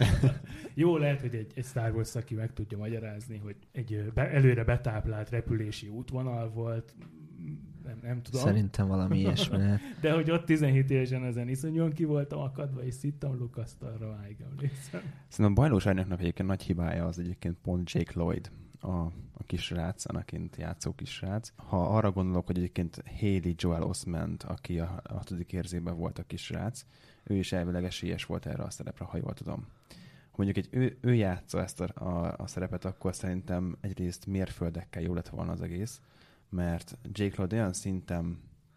Jó, lehet, hogy egy, egy Star Wars szaki meg tudja magyarázni, hogy egy be, előre betáplált repülési útvonal volt, nem, nem tudom. Szerintem valami ilyesmi lehet. De hogy ott tizenhét évesen ezen iszonyúan ki voltam akadva, és szittam Lucaszt, arra máig emlékszem. Szerintem a bajlós árnyaknak egyébként nagy hibája az egyébként pont Jake Lloyd, a, a kisrác, Anakint játszó kisrác. Ha arra gondolok, hogy egyébként Haley Joel Osment, aki a hatodik érzékben volt a kisrác, ő is elvileg esélyes volt erre a szerepre, ha jól tudom. Ha mondjuk egy ő, ő játsza ezt a, a, a szerepet, akkor szerintem egyrészt mérföldekkel jó lett volna az egész, mert Jake Lloyd olyan szinten,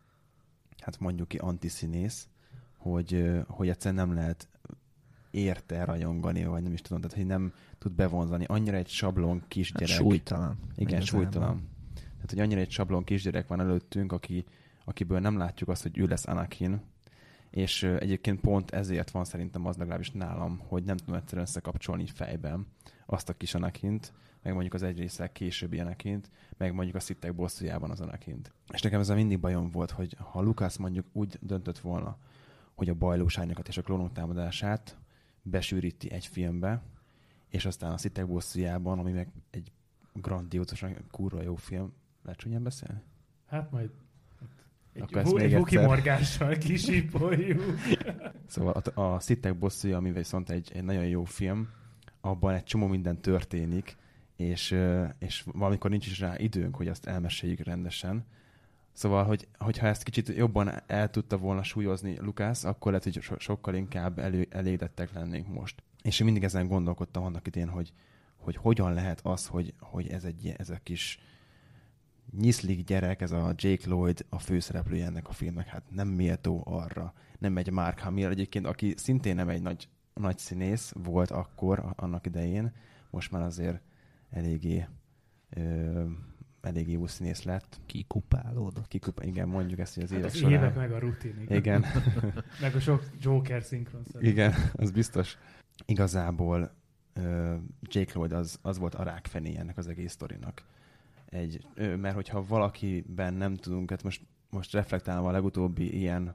hát mondjuk ki antiszínész, hogy, hogy egyszerűen nem lehet érte rajongani, vagy nem is tudom, tehát hogy nem tud bevonzani. Annyira egy sablon kisgyerek. Hát súlytalan. Igen, súlytalan. Tehát, hogy annyira egy sablon kisgyerek van előttünk, aki, akiből nem látjuk azt, hogy ő lesz Anakin, és uh, egyébként pont ezért van szerintem az legalábbis nálam, hogy nem tudom egyszerűen összekapcsolni fejben azt a kis Anakint, meg mondjuk az egy része későbbi Anakint, meg mondjuk a Sith bosszújában az Anakint. És nekem ezzel mindig bajom volt, hogy ha Lucas mondjuk úgy döntött volna, hogy a bajlós árnyakat és a klónok támadását besűríti egy filmbe, és aztán a Sith bosszújában, ami meg egy grandiózusan kurva jó film, lehet csúnyán beszélni? Hát majd egy, hu- egy hukimorgással kisipoljuk. Szóval a, a Sith bosszúja, ami viszont egy, egy nagyon jó film, abban egy csomó minden történik, és, és valamikor nincs is rá időnk, hogy azt elmeséljük rendesen. Szóval, hogy, hogyha ezt kicsit jobban el tudta volna súlyozni Lucas, akkor lehet, hogy so- sokkal inkább elő, elégedettek lennénk most. És én mindig ezen gondolkodtam annak idén, hogy, hogy hogyan lehet az, hogy, hogy ez, egy, ez a kis nyiszlik gyerek, ez a Jake Lloyd a főszereplője ennek a filmnek, hát nem méltó arra. Nem egy Mark Hamill egyébként, aki szintén nem egy nagy, nagy színész volt akkor, annak idején, most már azért eléggé, ö, eléggé jó színész lett. Kikupálódott. Kikupa, igen, mondjuk ezt, hogy az hát évek az során. évek meg a rutin. Igen. Igen. Meg a sok Joker szinkron szerint. Igen, az biztos. Igazából uh, Jake Lloyd az, az volt a rákfené ennek az egész sztorinak. Egy, ö, mert hogyha valakiben nem tudunk, hát most, most reflektálva a legutóbbi ilyen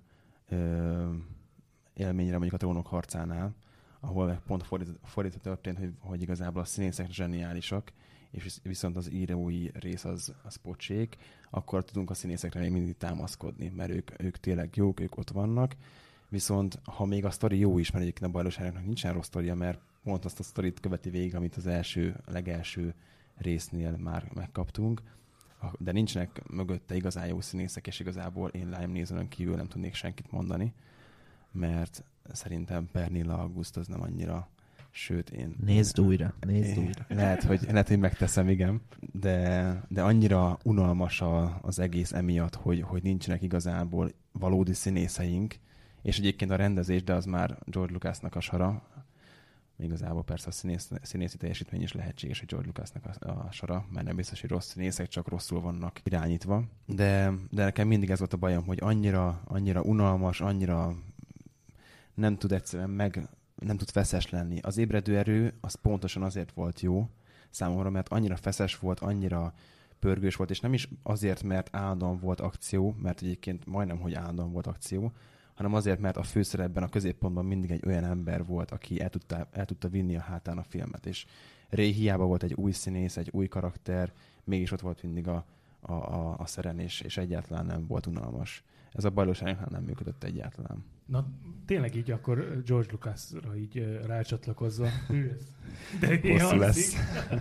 ö, élményre, mondjuk a Trónok harcánál, ahol meg pont fordítva történt, hogy, hogy igazából a színészek zseniálisak, és viszont az írói rész az, az pocsék, akkor tudunk a színészekre még mindig támaszkodni, mert ők, ők tényleg jók, ők ott vannak. Viszont ha még a sztori jó is, mert egyébként a Bajlós Árnyaknak nincsen rossz sztoria, mert pont azt a sztorit követi végig, amit az első, legelső résznél már megkaptunk, de nincsenek mögötte igazán jó színészek, és igazából én Lime Neesonon kívül nem tudnék senkit mondani, mert szerintem Pernilla August az nem annyira, sőt én... Nézd újra, nézd én, újra. Lehet, hogy, lehet, hogy megteszem, igen, de, de annyira unalmas a, az egész emiatt, hogy, hogy nincsenek igazából valódi színészeink, és egyébként a rendezés, de az már George Lucasnak a sara. Igazából persze a színész, színészi teljesítmény is lehetséges, hogy George Lucasnak a, a sara, mert nem biztos, hogy rossz színészek, csak rosszul vannak irányítva. De, de nekem mindig ez volt a bajom, hogy annyira, annyira unalmas, annyira nem tud egyszerűen meg, nem tud feszes lenni. Az ébredő erő az pontosan azért volt jó számomra, mert annyira feszes volt, annyira pörgős volt, és nem is azért, mert állandóan volt akció, mert egyébként majdnem, hogy állandóan volt akció, hanem azért, mert a főszerepben, a középpontban mindig egy olyan ember volt, aki el tudta, el tudta vinni a hátán a filmet. És Ray hiába volt egy új színész, egy új karakter, mégis ott volt mindig a, a, a, a szeren, és, és egyáltalán nem volt unalmas. Ez a Bajlós Árnyaknál nem működött egyáltalán. Na, tényleg így akkor George Lucasra így rácsatlakozva. De hosszú lesz.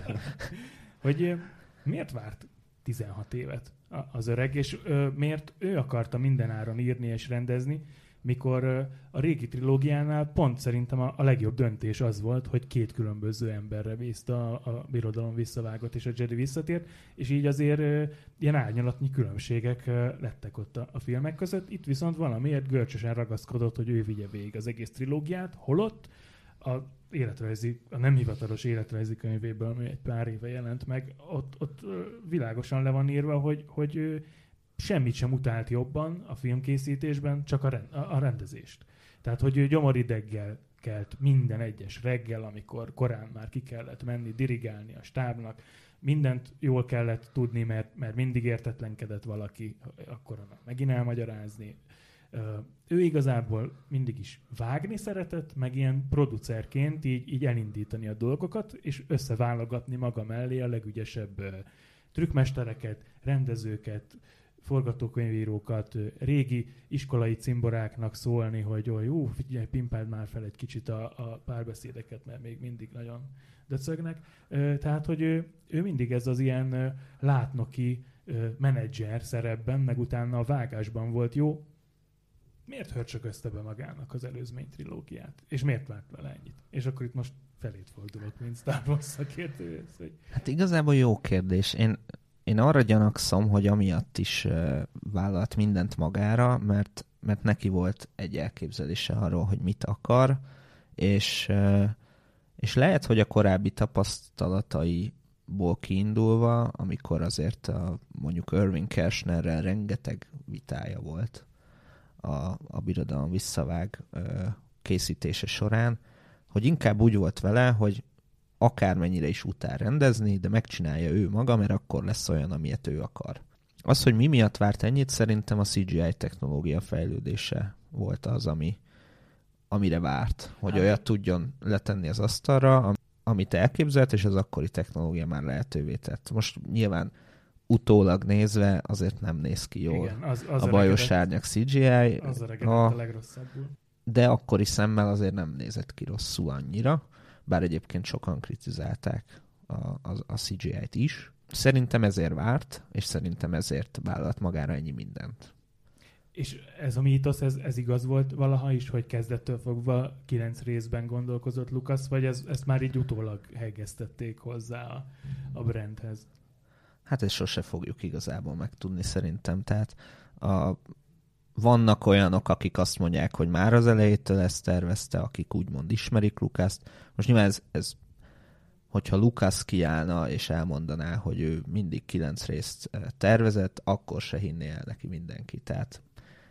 Hogy miért várt tizenhat évet az öreg, és ö, miért ő akarta mindenáron írni és rendezni, mikor ö, a régi trilógiánál pont szerintem a, a legjobb döntés az volt, hogy két különböző emberre bízta a, a Birodalom visszavágott és a Jedi visszatért, és így azért ö, ilyen árnyalatnyi különbségek ö, lettek ott a, a filmek között. Itt viszont valamiért görcsösen ragaszkodott, hogy ő vigye végig az egész trilógiát, holott a életrajzi, a nem hivatalos életrajzi könyvéből, ami egy pár éve jelent meg, ott, ott világosan le van írva, hogy, hogy semmit sem utált jobban a filmkészítésben, csak a, rend, a rendezést. Tehát, hogy ő gyomorideggel kelt minden egyes reggel, amikor korán már ki kellett menni, dirigálni a stábnak, mindent jól kellett tudni, mert, mert mindig értetlenkedett valaki, akkor annak megint elmagyarázni. Ő igazából mindig is vágni szeretett, meg ilyen producerként így, így elindítani a dolgokat, és összeválogatni maga mellé a legügyesebb trükkmestereket, rendezőket, forgatókönyvírókat, régi iskolai cimboráknak szólni, hogy jó, figyelj, pimpáld már fel egy kicsit a, a párbeszédeket, mert még mindig nagyon döcögnek. Tehát, hogy ő, ő mindig ez az ilyen látnoki menedzser szerepben, meg utána a vágásban volt jó. Miért hörcsögözte be magának az előzmény trilógiát? És miért várt vele ennyit? És akkor itt most felét fordulok, mint Star Wars szakértőhöz. Hogy... Hát igazából jó kérdés. Én, én arra gyanakszom, hogy amiatt is uh, vállalt mindent magára, mert, mert neki volt egy elképzelése arról, hogy mit akar, és, uh, és lehet, hogy a korábbi tapasztalataiból kiindulva, amikor azért a, mondjuk Irving Kershnerrel rengeteg vitája volt, A, a Birodalom visszavág ö, készítése során, hogy inkább úgy volt vele, hogy akármennyire is utál rendezni, de megcsinálja ő maga, mert akkor lesz olyan, amilyet ő akar. Az, hogy mi miatt várt ennyit, szerintem a cé gé í technológia fejlődése volt az, ami, amire várt, hogy hát. olyat tudjon letenni az asztalra, amit elképzelt, és az akkori technológia már lehetővé tett. Most nyilván utólag nézve azért nem néz ki jól. Igen, az, az a Bajos Árnyak cé gé í. Az a, a legrosszabbul. De akkori szemmel azért nem nézett ki rosszul annyira, bár egyébként sokan kritizálták a, a, a cé gé í-t is. Szerintem ezért várt, és szerintem ezért vállalt magára ennyi mindent. És ez a mítosz, ez, ez igaz volt valaha is, hogy kezdettől fogva kilenc részben gondolkozott Lucas, vagy ez, ezt már így utólag hegesztették hozzá a, a brandhez? Hát ezt sose fogjuk igazából megtudni szerintem. Tehát a, vannak olyanok, akik azt mondják, hogy már az elejétől ezt tervezte, akik úgymond ismerik Lucast. Most nyilván ez, ez hogyha Lucas kiállna és elmondaná, hogy ő mindig kilenc részt tervezett, akkor se hinné el neki mindenki. Tehát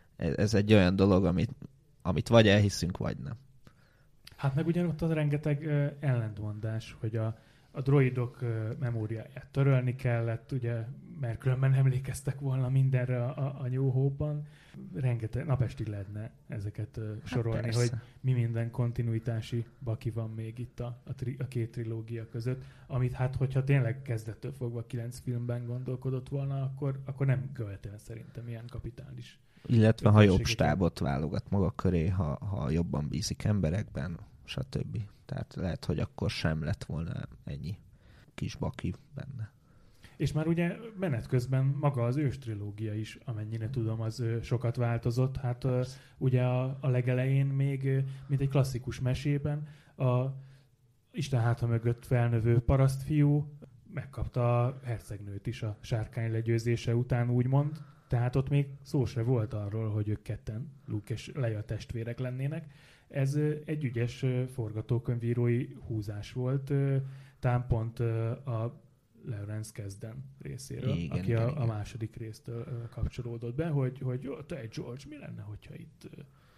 ez egy olyan dolog, amit, amit vagy elhiszünk, vagy nem. Hát meg ugyanott az rengeteg ellentmondás, hogy a a droidok memóriáját törölni kellett, ugye, mert különben emlékeztek volna mindenre a, a New Hope-ban. Rengeteg napestig lehetne ezeket uh, sorolni, hát hogy mi minden kontinuitási baki van még itt a, a, tri, a két trilógia között, amit hát, hogyha tényleg kezdettől fogva kilenc filmben gondolkodott volna, akkor, akkor nem követel szerintem ilyen kapitális. Illetve ha jobb stábot válogat maga köré, ha, ha jobban bízik emberekben, stb. Tehát lehet, hogy akkor sem lett volna ennyi kis baki benne. És már ugye menet közben maga az ős trilógia is, amennyire tudom, az sokat változott. Hát Persze. ugye a, a legelején még, mint egy klasszikus mesében, a Isten háta mögött felnövő parasztfiú megkapta a hercegnőt is a sárkány legyőzése után, úgymond. Tehát ott még szó se volt arról, hogy ők ketten, Luke és Leia testvérek lennének. Ez egy ügyes forgatókönyvírói húzás volt, tám pont a Lawrence Kasdan részéről, igen, aki igen, a, igen. a második résztől kapcsolódott be, hogy, hogy jó, te egy George, mi lenne, hogyha itt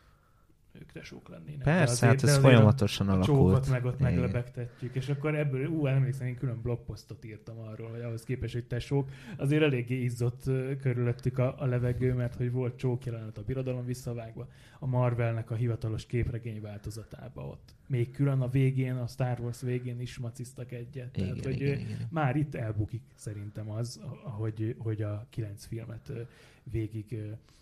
ők tesók lennének. Persze, hát ez folyamatosan a, alakult. A csókot meg ott igen. meglebegtetjük, és akkor ebből, ú, emlékszem, én külön blogposztot írtam arról, hogy ahhoz képest, hogy tesók, azért eléggé izzott körülöttük a, a levegő, mert hogy volt csók jelenet a Birodalom visszavágva, a Marvelnek a hivatalos képregény változatába ott. Még külön a végén, a Star Wars végén is maciztak egyet. Igen, Tehát, hogy igen, igen. már itt elbukik szerintem az, hogy, hogy a kilenc filmet végig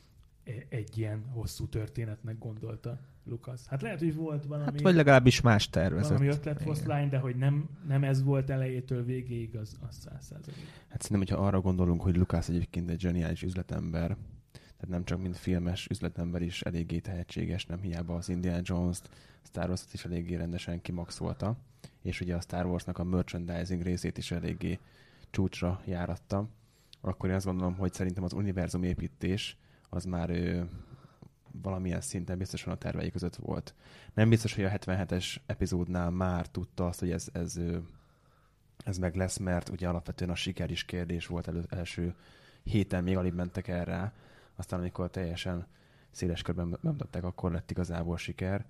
egy ilyen hosszú történetnek gondolta Lucas. Hát lehet, hogy volt valami... Hát vagy legalábbis más tervezet. Valami ötletfoszlány, de hogy nem, nem ez volt elejétől végéig, az száz százalék. Hát szerintem, hogyha arra gondolunk, hogy Lucas egyébként egy zseniális üzletember, tehát nem csak mint filmes üzletember is eléggé tehetséges, nem hiába az Indiana Jones-t, Star Wars-t is eléggé rendesen kimaxolta, és ugye a Star Wars-nak a merchandising részét is eléggé csúcsra járatta. Akkor én azt gondolom, hogy szerintem az univerzum építés az már ö, valamilyen szinten biztosan a tervei között volt. Nem biztos, hogy a hetvenhetes epizódnál már tudta azt, hogy ez, ez, ö, ez meg lesz, mert ugye alapvetően a siker is kérdés volt elő, első héten, még alig mentek erre, aztán amikor teljesen széles körben bemutatták, akkor lett igazából siker.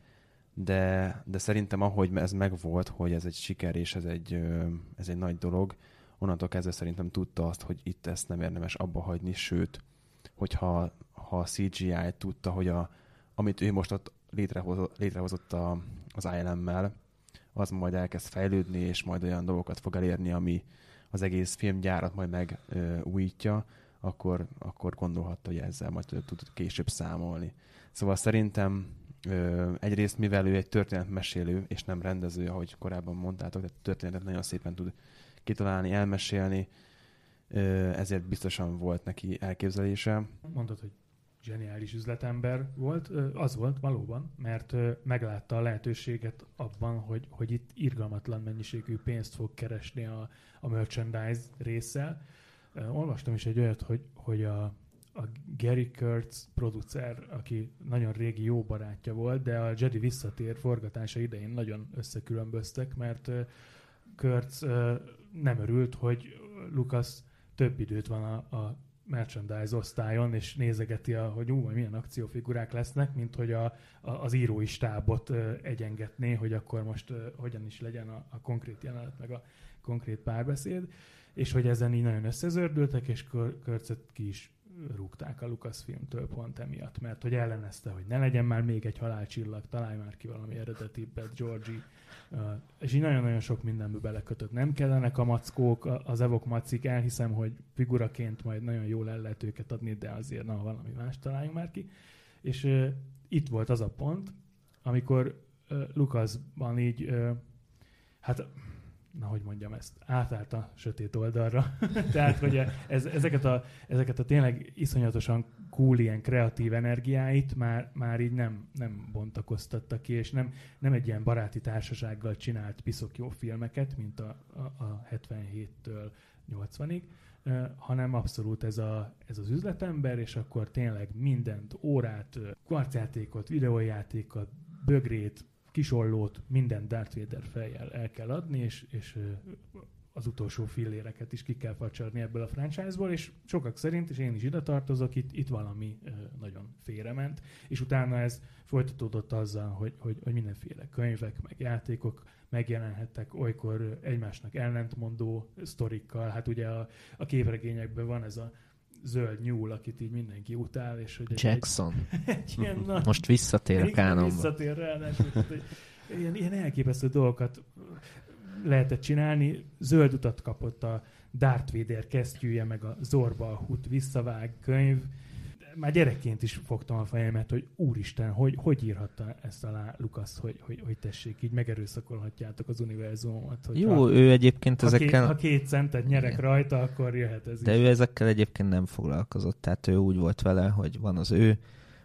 De, de szerintem ahogy ez megvolt, hogy ez egy siker és ez egy, ö, ez egy nagy dolog, onnantól kezdve szerintem tudta azt, hogy itt ezt nem érdemes abba hagyni, sőt, hogyha ha a cé gé í tudta, hogy a, amit ő most ott létrehozott, létrehozott a, az i el em-mel, az majd elkezd fejlődni, és majd olyan dolgokat fog elérni, ami az egész filmgyárat majd megújítja, akkor, akkor gondolhatta, hogy ezzel majd tud később számolni. Szóval szerintem ö, egyrészt, mivel ő egy történetmesélő, és nem rendező, ahogy korábban mondtátok, tehát történetet nagyon szépen tud kitalálni, elmesélni, ezért biztosan volt neki elképzelése. Mondod, hogy zseniális üzletember volt, az volt valóban, mert meglátta a lehetőséget abban, hogy, hogy itt irgalmatlan mennyiségű pénzt fog keresni a, a merchandise résszel. Olvastam is egy olyat, hogy, hogy a, a Gary Kurtz producer, aki nagyon régi jó barátja volt, de a Jedi visszatér forgatása idején nagyon összekülönböztek, mert Kurtz nem örült, hogy Lucas több időt van a, a merchandise osztályon, és nézegeti, a, hogy ú, milyen akciófigurák lesznek, mint hogy a, a, az írói stábot uh, egyengetné, hogy akkor most uh, hogyan is legyen a, a konkrét jelenet, meg a konkrét párbeszéd, és hogy ezen így nagyon összezördültek, és Kurtzet ki is rúgták a Lucasfilmtől pont emiatt, mert hogy ellenezte, hogy ne legyen már még egy halálcsillag, találj már ki valami eredetibbet, Georgie. Uh, és így nagyon-nagyon sok mindenbe belekötött. Nem kellenek a mackók, az evok macik, elhiszem, hogy figuraként majd nagyon jól el lehet őket adni, de azért na, valami más találjunk már ki. És uh, itt volt az a pont, amikor uh, Lucasban így, uh, hát na, hogy mondjam ezt, átállt a sötét oldalra. Tehát, hogy ez, ezeket, a, ezeket a tényleg iszonyatosan cool, ilyen kreatív energiáit már, már így nem, nem bontakoztatta ki, és nem, nem egy ilyen baráti társasággal csinált piszok jó filmeket, mint a, a, a hetvenhéttől nyolcvanig, uh, hanem abszolút ez, a, ez az üzletember, és akkor tényleg mindent, órát, kvarcjátékot, videójátékot, bögrét, kisollót, minden Darth Vader fejjel el kell adni, és, és az utolsó filléreket is ki kell facsarni ebből a franchise-ból, és sokak szerint, és én is ide tartozok, itt, itt valami nagyon félrement, és utána ez folytatódott azzal, hogy, hogy, hogy mindenféle könyvek, meg játékok megjelenhettek olykor egymásnak ellentmondó sztorikkal. Hát ugye a, a képregényekben van ez a zöld nyúl, akit így mindenki utál, és hogy Jackson. Egy, egy ilyen, na, most visszatér a kánonba. Visszatér ráadásul, hogy ilyen, ilyen elképesztő dolgokat lehetett csinálni. Zöld utat kapott a Darth Vader kesztyűje, meg a Zorba a Hut visszavág könyv. Már gyerekként is fogtam a fejemet, hogy úristen, hogy, hogy írhatta ezt alá Lucas, hogy, hogy, hogy tessék, így megerőszakolhatjátok az univerzumot. Hogy Jó, ha, ő egyébként ha ezekkel... Két, ha két centet nyerek Igen. rajta, akkor jöhet ez De is. ő ezekkel egyébként nem foglalkozott, tehát ő úgy volt vele, hogy van az ő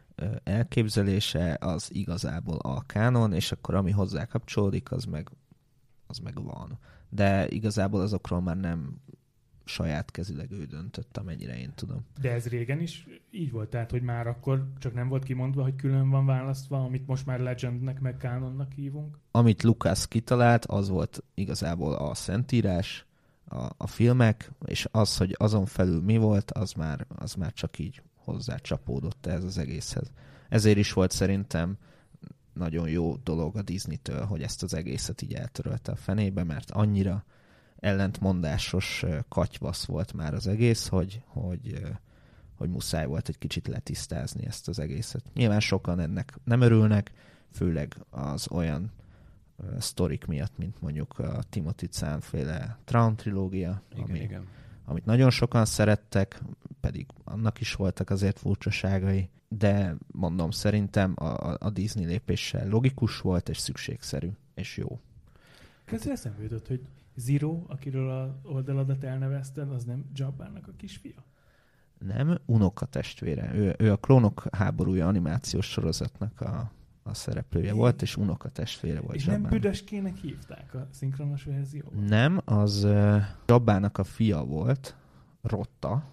elképzelése, az igazából a kánon, és akkor ami hozzá kapcsolódik, az meg, az meg van. De igazából azokról már nem saját kezileg ő döntött, amennyire én tudom. De ez régen is így volt, tehát, hogy már akkor csak nem volt kimondva, hogy külön van választva, amit most már Legendnek meg Canonnak hívunk? Amit Lucas kitalált, az volt igazából a szentírás, a, a filmek, és az, hogy azon felül mi volt, az már, az már csak így hozzá csapódott ez az egészhez. Ezért is volt szerintem nagyon jó dolog a Disney-től, hogy ezt az egészet így eltörölte a fenébe, mert annyira ellentmondásos katyvasz volt már az egész, hogy, hogy, hogy muszáj volt egy kicsit letisztázni ezt az egészet. Nyilván sokan ennek nem örülnek, főleg az olyan uh, sztorik miatt, mint mondjuk a Timothy Zahn-féle Tron trilógia, Igen, ami, igen. amit nagyon sokan szerettek, pedig annak is voltak azért furcsaságai, de mondom, szerintem a, a Disney lépéssel logikus volt, és szükségszerű, és jó. Közben eszembe jutott, hogy Zero, akiről a oldaladat elnevezted, az nem Jabbának a kisfia? Nem, unokatestvére. Ő, ő a Klónok háborúja animációs sorozatnak a, a szereplője Igen. volt, és unokatestvére volt És Jabbának. nem Büdöskének hívták a szinkronos verzióban? Nem, az uh, Jabbának a fia volt, Rotta,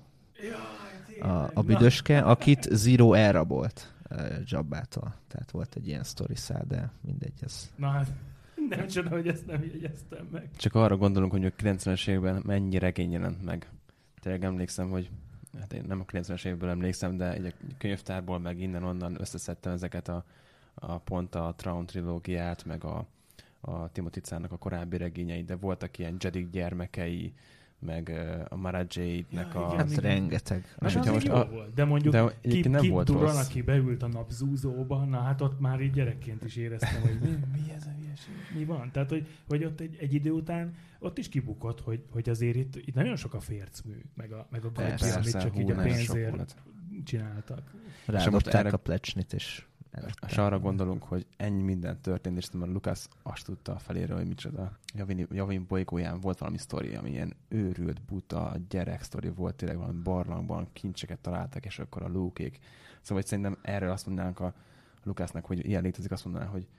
Jaj, a, a büdöske, akit Zero elrabolt uh, Jabbától. Tehát volt egy ilyen sztori szál, de mindegy, ez... Na hát, nem csoda, hogy ezt nem jegyeztem meg. Csak arra gondolunk, hogy a kilencvenes években mennyi regény jelent meg. Tényleg emlékszem, hogy hát én nem a kilencvenes évből emlékszem, de egy könyvtárból meg innen-onnan összeszedtem ezeket a, a pont a Tron trilógiát, meg a, a Timothy Zahnnak a korábbi regényei, de voltak ilyen Jedi gyermekei, meg uh, a Mara Jade-nek Ja, a... igen, Hát igen. rengeteg. Na, És az hogyha még most jó a- volt. De mondjuk de Kip, egyébként nem Kip volt Duran, rossz. aki beült a napzúzóba, na hát ott már így gyerekként is éreztem, hogy mi, mi ez a hülyeség, mi van. Tehát, hogy, hogy ott egy, egy idő után ott is kibukott, hogy, hogy azért itt, itt nagyon sok a fércmű, meg a, meg a gadja, Persze, amit csak hú, így a nagyon sok pénzért volt. csináltak. Rádobták erre- a plecsnit, és eladták. És arra gondolunk, hogy ennyi minden történt, és nem a Lucas azt tudta feléről, hogy micsoda. Javin, Javin bolygóján volt valami sztori, ami ilyen őrült, buta gyerek sztori volt, tényleg valami barlangban kincseket találtak, és akkor a Luke-ék. Szóval hogy szerintem erről azt mondanánk a Lucasnak, hogy ilyen létezik, azt mondanánk, hogy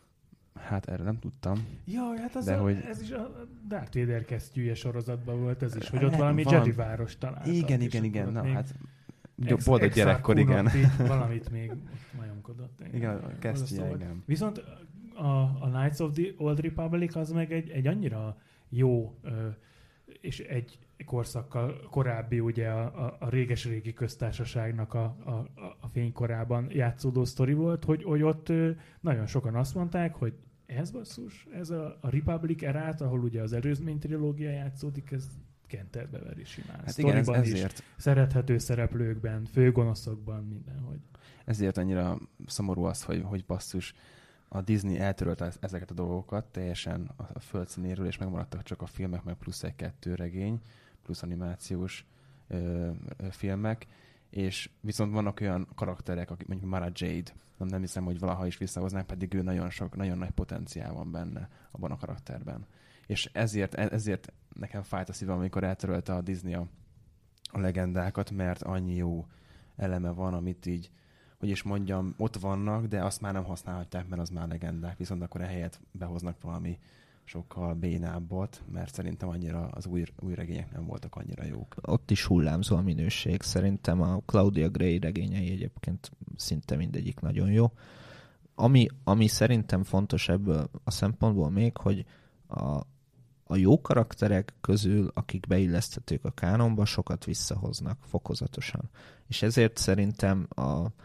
hát erről nem tudtam. Jaj, hát az De a, hogy- ez is a Darth Vader kesztyűje sorozatban volt ez is, hogy Le- ott valami van. Jedi város találtak. Igen, és igen, akkor igen. ott Na, még hát ex- boldog Exar gyerekkor, igen. Kunot így valamit még majomkodott. Igen, a kesztyűje, Szóval- igen. Viszont a, a Knights of the Old Republic az meg egy, egy annyira jó ö, és egy korszakkal korábbi, ugye a, a, a réges-régi köztársaságnak a, a, a fénykorában játszódó sztori volt, hogy, hogy ott ö, nagyon sokan azt mondták, hogy ez basszus, ez a, a Republic erát, ahol ugye az előzmény trilógia játszódik, ez kenterbe veri simán. Hát igen, ez, Sztoriban is, ezért, szerethető szereplőkben, főgonoszokban, mindenhogy. ezért annyira szomorú az, hogy, hogy basszus, a Disney eltörölte ezeket a dolgokat teljesen a földszínéről, és megmaradtak csak a filmek, meg plusz egy-kettő regény, plusz animációs ö, ö, filmek, és viszont vannak olyan karakterek, akik mondjuk Mara Jade, nem, nem hiszem, hogy valaha is visszahoznák, pedig ő nagyon sok, nagyon nagy potenciál van benne abban a karakterben. És ezért, ezért nekem fájt a szívem, amikor eltörölte a Disney a, a legendákat, mert annyi jó eleme van, amit így, hogy is mondjam, ott vannak, de azt már nem használhatják, mert az már legendák, viszont akkor ehelyett behoznak valami sokkal bénábbat, mert szerintem annyira az új, új regények nem voltak annyira jók. Ott is hullámzó a minőség. Szerintem a Claudia Gray regényei egyébként szinte mindegyik nagyon jó. Ami, ami szerintem fontos ebből a szempontból még, hogy a, a jó karakterek közül, akik beilleszthetők a kánonba, sokat visszahoznak fokozatosan. És ezért szerintem a,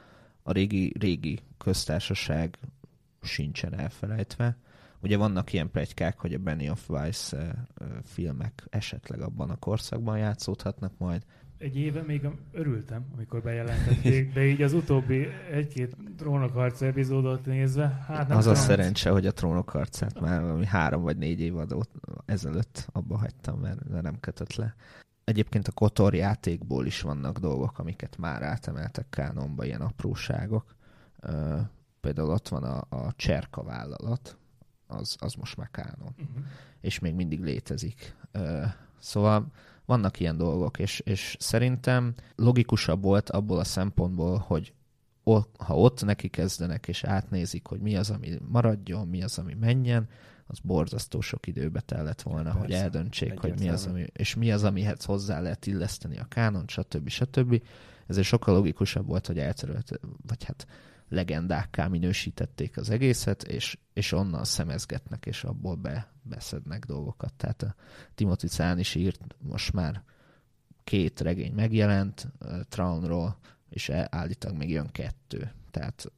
a régi, régi köztársaság sincsen elfelejtve. Ugye vannak ilyen pletykák, hogy a Benny of Vice filmek esetleg abban a korszakban játszódhatnak majd. Egy éve még örültem, amikor bejelentették, de így az utóbbi egy-két trónokharc epizódot nézve, hát nem az tudom. A szerencse, hogy a trónokharcát már valami három vagy négy évadot ezelőtt abba hagytam, mert nem kötött le. Egyébként a Kotor játékból is vannak dolgok, amiket már átemeltek kánonba, ilyen apróságok. Uh, például ott van a, a Cserka vállalat, az, az most már kánon. Uh-huh. És még mindig létezik. Uh, szóval vannak ilyen dolgok, és, és szerintem logikusabb volt abból a szempontból, hogy ha ott neki kezdenek, és átnézik, hogy mi az, ami maradjon, mi az, ami menjen, az borzasztó sok időbe tellett volna, persze, hogy eldöntsék, hogy mi az, ami, és mi az, amihez hozzá lehet illeszteni a kánon, stb. stb. Ezért sokkal logikusabb volt, hogy eltörölt, vagy hát legendákká minősítették az egészet, és, és onnan szemezgetnek, és abból be, beszednek dolgokat. Tehát a Timothy Zahn is írt, most már két regény megjelent uh, Thrawnról, és állítólag még jön kettő. Tehát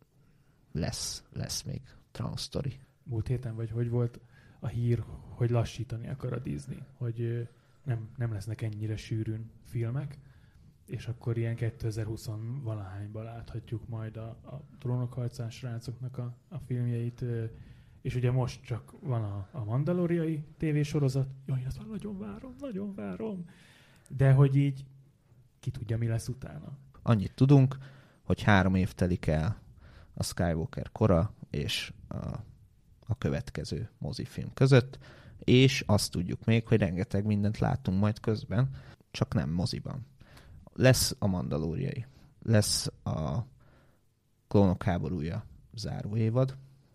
lesz, lesz még Thrawn sztori. Múlt héten, vagy hogy volt a hír, hogy lassítani akar a Disney, hogy nem, nem lesznek ennyire sűrűn filmek, és akkor ilyen kétezer-húsz-valahányban láthatjuk majd a, a Trónokharcán srácoknak a, a filmjeit, és ugye most csak van a, a Mandaloriai tévésorozat, jaj, azt már nagyon várom, nagyon várom, de hogy így ki tudja, mi lesz utána. Annyit tudunk, hogy három év telik el a Skywalker kora és a, a következő mozifilm között, és azt tudjuk még, hogy rengeteg mindent látunk majd közben, csak nem moziban. Lesz a Mandaloriai, lesz a Klónok háborúja záró évad,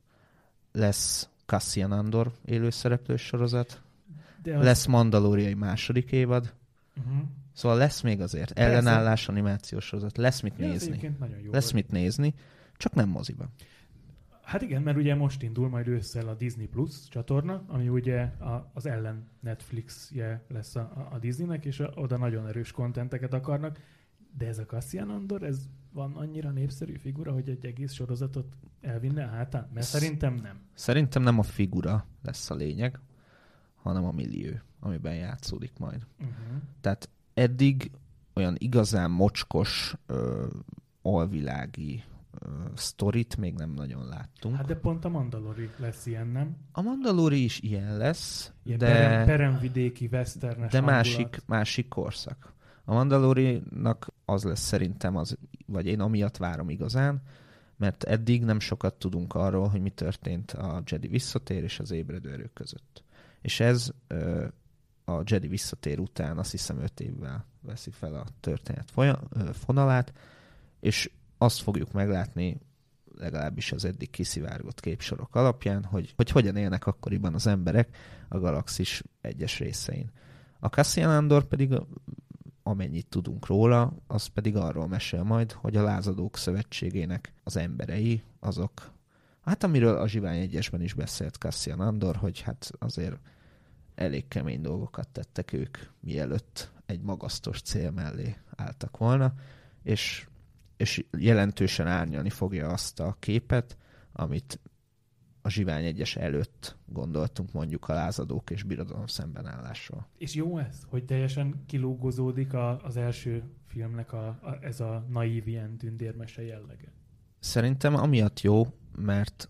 lesz Cassian Andor élőszereplős sorozat, de az... lesz Mandaloriai második évad, uh-huh. Szóval lesz még azért persze. Ellenállás animációs sorozat, lesz mit ja, nézni. Lesz vagy. mit nézni, csak nem moziban. Hát igen, mert ugye most indul majd ősszel a Disney Plus csatorna, ami ugye a, az ellen Netflixje lesz a, a Disneynek, és a, oda nagyon erős kontenteket akarnak, de ez a Cassian Andor, ez van annyira népszerű figura, hogy egy egész sorozatot elvinne a hátán? Mert Sz- szerintem nem. Szerintem nem a figura lesz a lényeg, hanem a millió, amiben játszódik majd. Uh-huh. Tehát eddig olyan igazán mocskos, ö, alvilági ö, sztorit még nem nagyon láttunk. Hát de pont a Mandalori lesz ilyen, nem? A Mandalori is ilyen lesz, ilyen de... Perem, peremvidéki westernes de hangulat. másik, másik korszak. A Mandalorinak az lesz szerintem, az, vagy én amiatt várom igazán, mert eddig nem sokat tudunk arról, hogy mi történt a Jedi visszatér és az ébredő erők között. És ez ö, a Jedi visszatér után azt hiszem öt évvel veszi fel a történet folya, ö, fonalát, és azt fogjuk meglátni, legalábbis az eddig kiszivárgott képsorok alapján, hogy, hogy hogyan élnek akkoriban az emberek a galaxis egyes részein. A Cassian Andor pedig, amennyit tudunk róla, az pedig arról mesél majd, hogy a Lázadók Szövetségének az emberei, azok, hát amiről a Zsivány egyesben is beszélt Cassian Andor, hogy hát azért elég kemény dolgokat tettek ők, mielőtt egy magasztos cél mellé álltak volna, és, és jelentősen árnyalni fogja azt a képet, amit a Zsivány egyes előtt gondoltunk mondjuk a Lázadók és Birodalom szembenállásról. És jó ez, hogy teljesen kilógozódik a, az első filmnek a, a, ez a naív ilyen tündérmese jellege? Szerintem amiatt jó, mert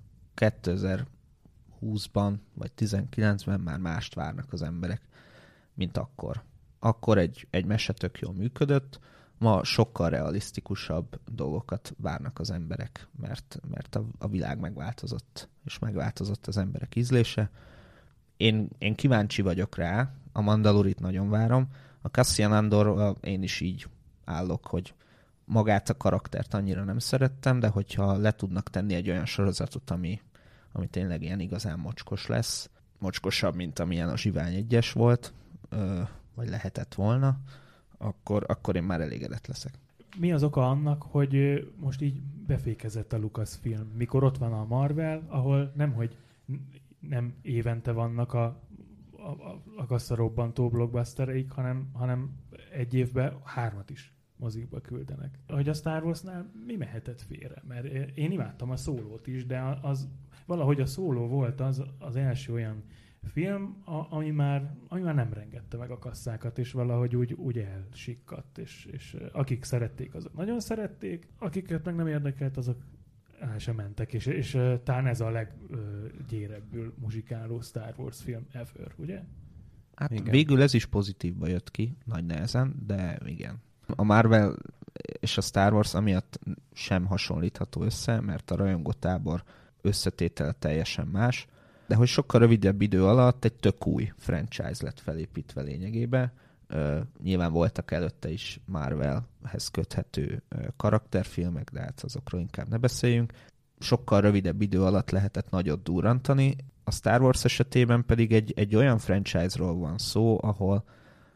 kétezer-húszban vagy tizenkilencben már mást várnak az emberek, mint akkor. Akkor egy, egy mese tök jól működött, ma sokkal realisztikusabb dolgokat várnak az emberek, mert, mert a, a világ megváltozott, és megváltozott az emberek ízlése. Én, én kíváncsi vagyok rá, a Mandalorit nagyon várom. A Cassian Andor, én is így állok, hogy magát a karaktert annyira nem szerettem, de hogyha le tudnak tenni egy olyan sorozatot, ami, ami tényleg ilyen igazán mocskos lesz, mocskosabb, mint amilyen a Zsivány egyes volt, vagy lehetett volna, Akkor, akkor én már elégedett leszek. Mi az oka annak, hogy most így befékezett a Lucasfilm? Mikor ott van a Marvel, ahol nemhogy nem évente vannak a, a, a kasszarobbantó blockbustereik, hanem, hanem egy évben hármat is mozikba küldenek. Ahogy a Star Warsnál mi mehetett félre? Mert én imádtam a szólót is, de az valahogy a szóló volt az, az első olyan film, a, ami, már, ami már nem rengette meg a kasszákat, és valahogy úgy, úgy elsikkadt, és, és akik szerették, azok nagyon szerették, akiket meg nem érdekelt, azok el sem mentek, és, és talán ez a leggyérebbül muzsikáló Star Wars film ever, ugye? Hát igen. Végül ez is pozitívba jött ki, nagy nehezen, de igen. A Marvel és a Star Wars amiatt sem hasonlítható össze, mert a rajongótábor összetétele teljesen más, de hogy sokkal rövidebb idő alatt egy tök új franchise lett felépítve lényegében. Uh, nyilván voltak előtte is Marvelhez köthető uh, karakterfilmek, de hát azokról inkább ne beszéljünk. Sokkal rövidebb idő alatt lehetett nagyot durrantani. A Star Wars esetében pedig egy, egy olyan franchise-ról van szó, ahol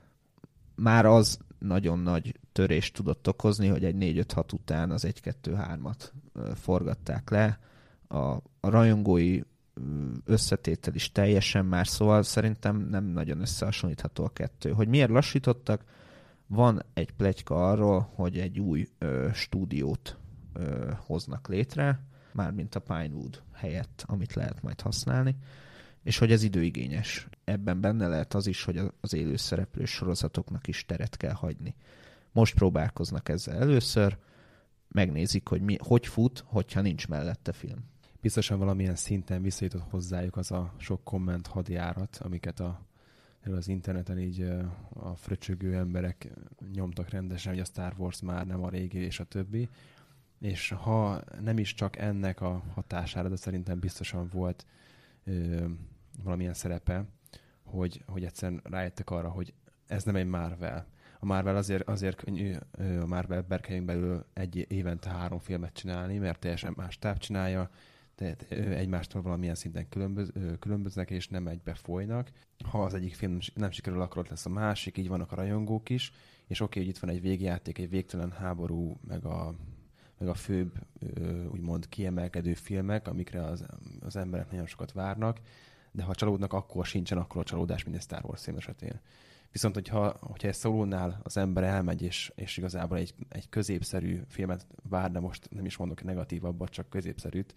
már az nagyon nagy törést tudott okozni, hogy egy négy öt hat után az egy kettő hármat uh, forgatták le. A, a rajongói összetétel is teljesen más, szóval szerintem nem nagyon összehasonlítható a kettő. Hogy miért lassítottak? Van egy pletyka arról, hogy egy új ö, stúdiót ö, hoznak létre, mármint a Pinewood helyett, amit lehet majd használni, és hogy ez időigényes. Ebben benne lehet az is, hogy az élőszereplős sorozatoknak is teret kell hagyni. Most próbálkoznak ezzel először, megnézik, hogy mi, hogy fut, hogyha nincs mellette film. Biztosan valamilyen szinten visszajutott hozzájuk az a sok komment hadjárat, amiket a, az interneten így a fröcsögő emberek nyomtak rendesen, hogy a Star Wars már nem a régi, és a többi. És ha nem is csak ennek a hatására, de szerintem biztosan volt ö, valamilyen szerepe, hogy, hogy egyszerűen rájöttek arra, hogy ez nem egy Marvel. A Marvel azért, azért könnyű a Marvel berkein belül egy évente három filmet csinálni, mert teljesen más táv csinálja, tehát egymástól valamilyen szinten különböz, különböznek, és nem egybe folynak. Ha az egyik film nem sikerül, akkor ott lesz a másik, így vannak a rajongók is, és oké, hogy itt van egy végjáték, egy végtelen háború, meg a, meg a főbb, úgymond kiemelkedő filmek, amikre az, az emberek nagyon sokat várnak, de ha csalódnak, akkor sincsen akkor a csalódás, mint egy Star Wars film esetén. Viszont, hogyha, hogyha egy Szólónál az ember elmegy, és, és igazából egy, egy középszerű filmet vár, de most nem is mondok negatívabbat, csak középszerűt,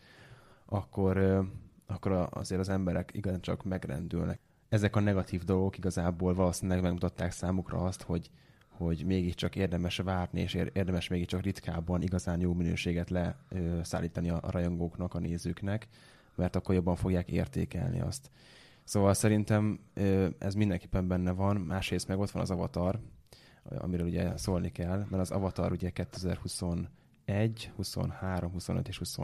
akkor, akkor azért az emberek igencsak megrendülnek. Ezek a negatív dolgok igazából valószínűleg megmutatták számukra azt, hogy, hogy mégiscsak érdemes várni, és érdemes mégiscsak ritkábban igazán jó minőséget leszállítani a rajongóknak, a nézőknek, mert akkor jobban fogják értékelni azt. Szóval szerintem ez mindenképpen benne van. Másrészt meg ott van az Avatar, amiről ugye szólni kell, mert az Avatar ugye kétezer-huszonegy, huszonhárom, huszonöt és húsz,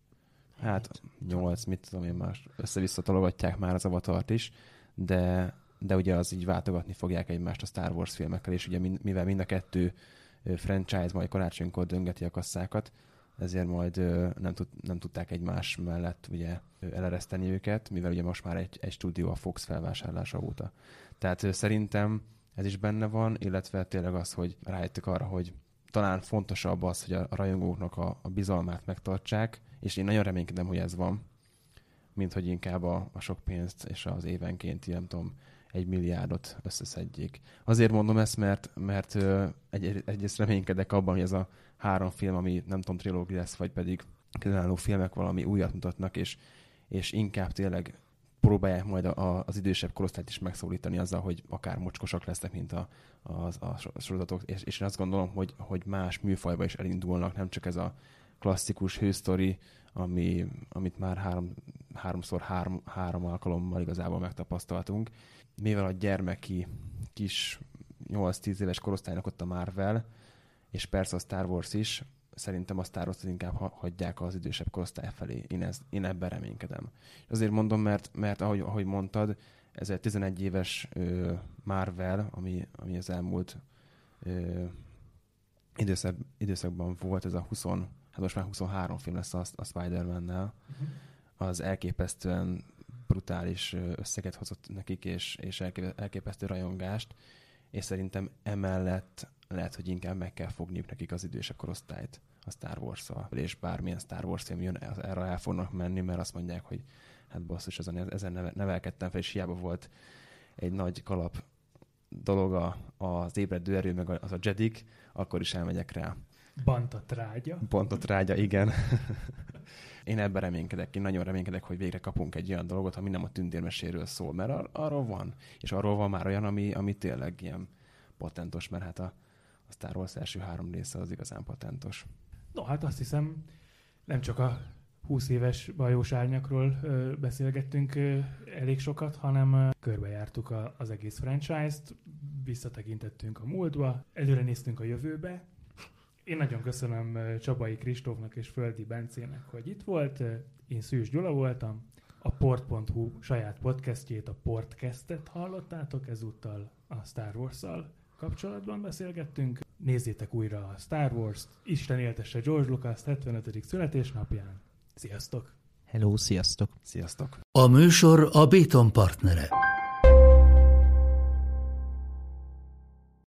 hát nyolc, mit tudom én, már össze-vissza tologatják már az Avatart is, de, de ugye az így váltogatni fogják egymást a Star Wars filmekkel, és ugye mivel mind a kettő franchise majd karácsonykor döngeti a kasszákat, ezért majd nem, tud, nem tudták egymás mellett ugye elereszteni őket, mivel ugye most már egy, egy stúdió a Fox felvásárlása óta. Tehát szerintem ez is benne van, illetve tényleg az, hogy rájöttek arra, hogy talán fontosabb az, hogy a rajongóknak a, a bizalmát megtartsák, és én nagyon reménykedem, hogy ez van, mint hogy inkább a, a sok pénzt és az évenként, nem tudom, egy milliárdot összeszedjék. Azért mondom ezt, mert, mert egy, egyrészt reménykedek abban, hogy ez a három film, ami nem tudom, trilógia lesz, vagy pedig különálló filmek valami újat mutatnak, és, és inkább tényleg próbálják majd a, a, az idősebb korosztályt is megszólítani azzal, hogy akár mocskosak lesznek, mint a, a, a sorozatok, és, és én azt gondolom, hogy, hogy más műfajba is elindulnak, nem csak ez a klasszikus hősztori, ami, amit már három, háromszor három, három alkalommal igazából megtapasztaltunk. Mivel a gyermeki kis nyolc-tíz éves korosztálynak ott a Marvel, és persze a Star Wars is, szerintem a Star Wars-t inkább hagyják az idősebb korosztály felé. Én, ez, én ebben reménykedem. Azért mondom, mert, mert ahogy, ahogy mondtad, ez egy tizenegy éves ö, Marvel, ami, ami az elmúlt ö, időszak, időszakban volt, ez a húsz, hát most már huszonhárom film lesz a, a Spider-Man-nel. Uh-huh. Az elképesztően brutális összeget hozott nekik, és, és elképesztő rajongást, és szerintem emellett lehet, hogy inkább meg kell fogniuk nekik az idősebb korosztályt a Star Wars-szal, és bármilyen Star Wars film jön, erre el fognak menni, mert azt mondják, hogy hát basszus, ezen, ezen nevelkedtem fel, és hiába volt egy nagy kalap dolog a, az ébredő erő, meg az a Jedik, akkor is elmegyek rá. Banta trágya. Banta trágya, igen. Én ebben reménykedek, én nagyon reménykedek, hogy végre kapunk egy olyan dolgot, ami nem a tündérmeséről szól, mert ar- arról van. És arról van már olyan, ami, ami tényleg ilyen patentos, mert hát a, a Star Wars első három része az igazán patentos. No, hát azt hiszem, nem csak a húsz éves bajós árnyakról ö, beszélgettünk ö, elég sokat, hanem ö, körbejártuk a, az egész franchise-t, visszatekintettünk a múltba, előre néztünk a jövőbe. Én nagyon köszönöm ö, Csabai Kristófnak és Földi Bencének, hogy itt volt. Én Szűs Gyula voltam. A port pont hu saját podcastjét, a Portcastet hallottátok, ezúttal a Star Wars-szal kapcsolatban beszélgettünk. Nézzétek újra a Star Wars-t, Isten éltesse George Lucas hetvenötödik születésnapján. Sziasztok! Hello, sziasztok! Sziasztok! A műsor a Béton partnere.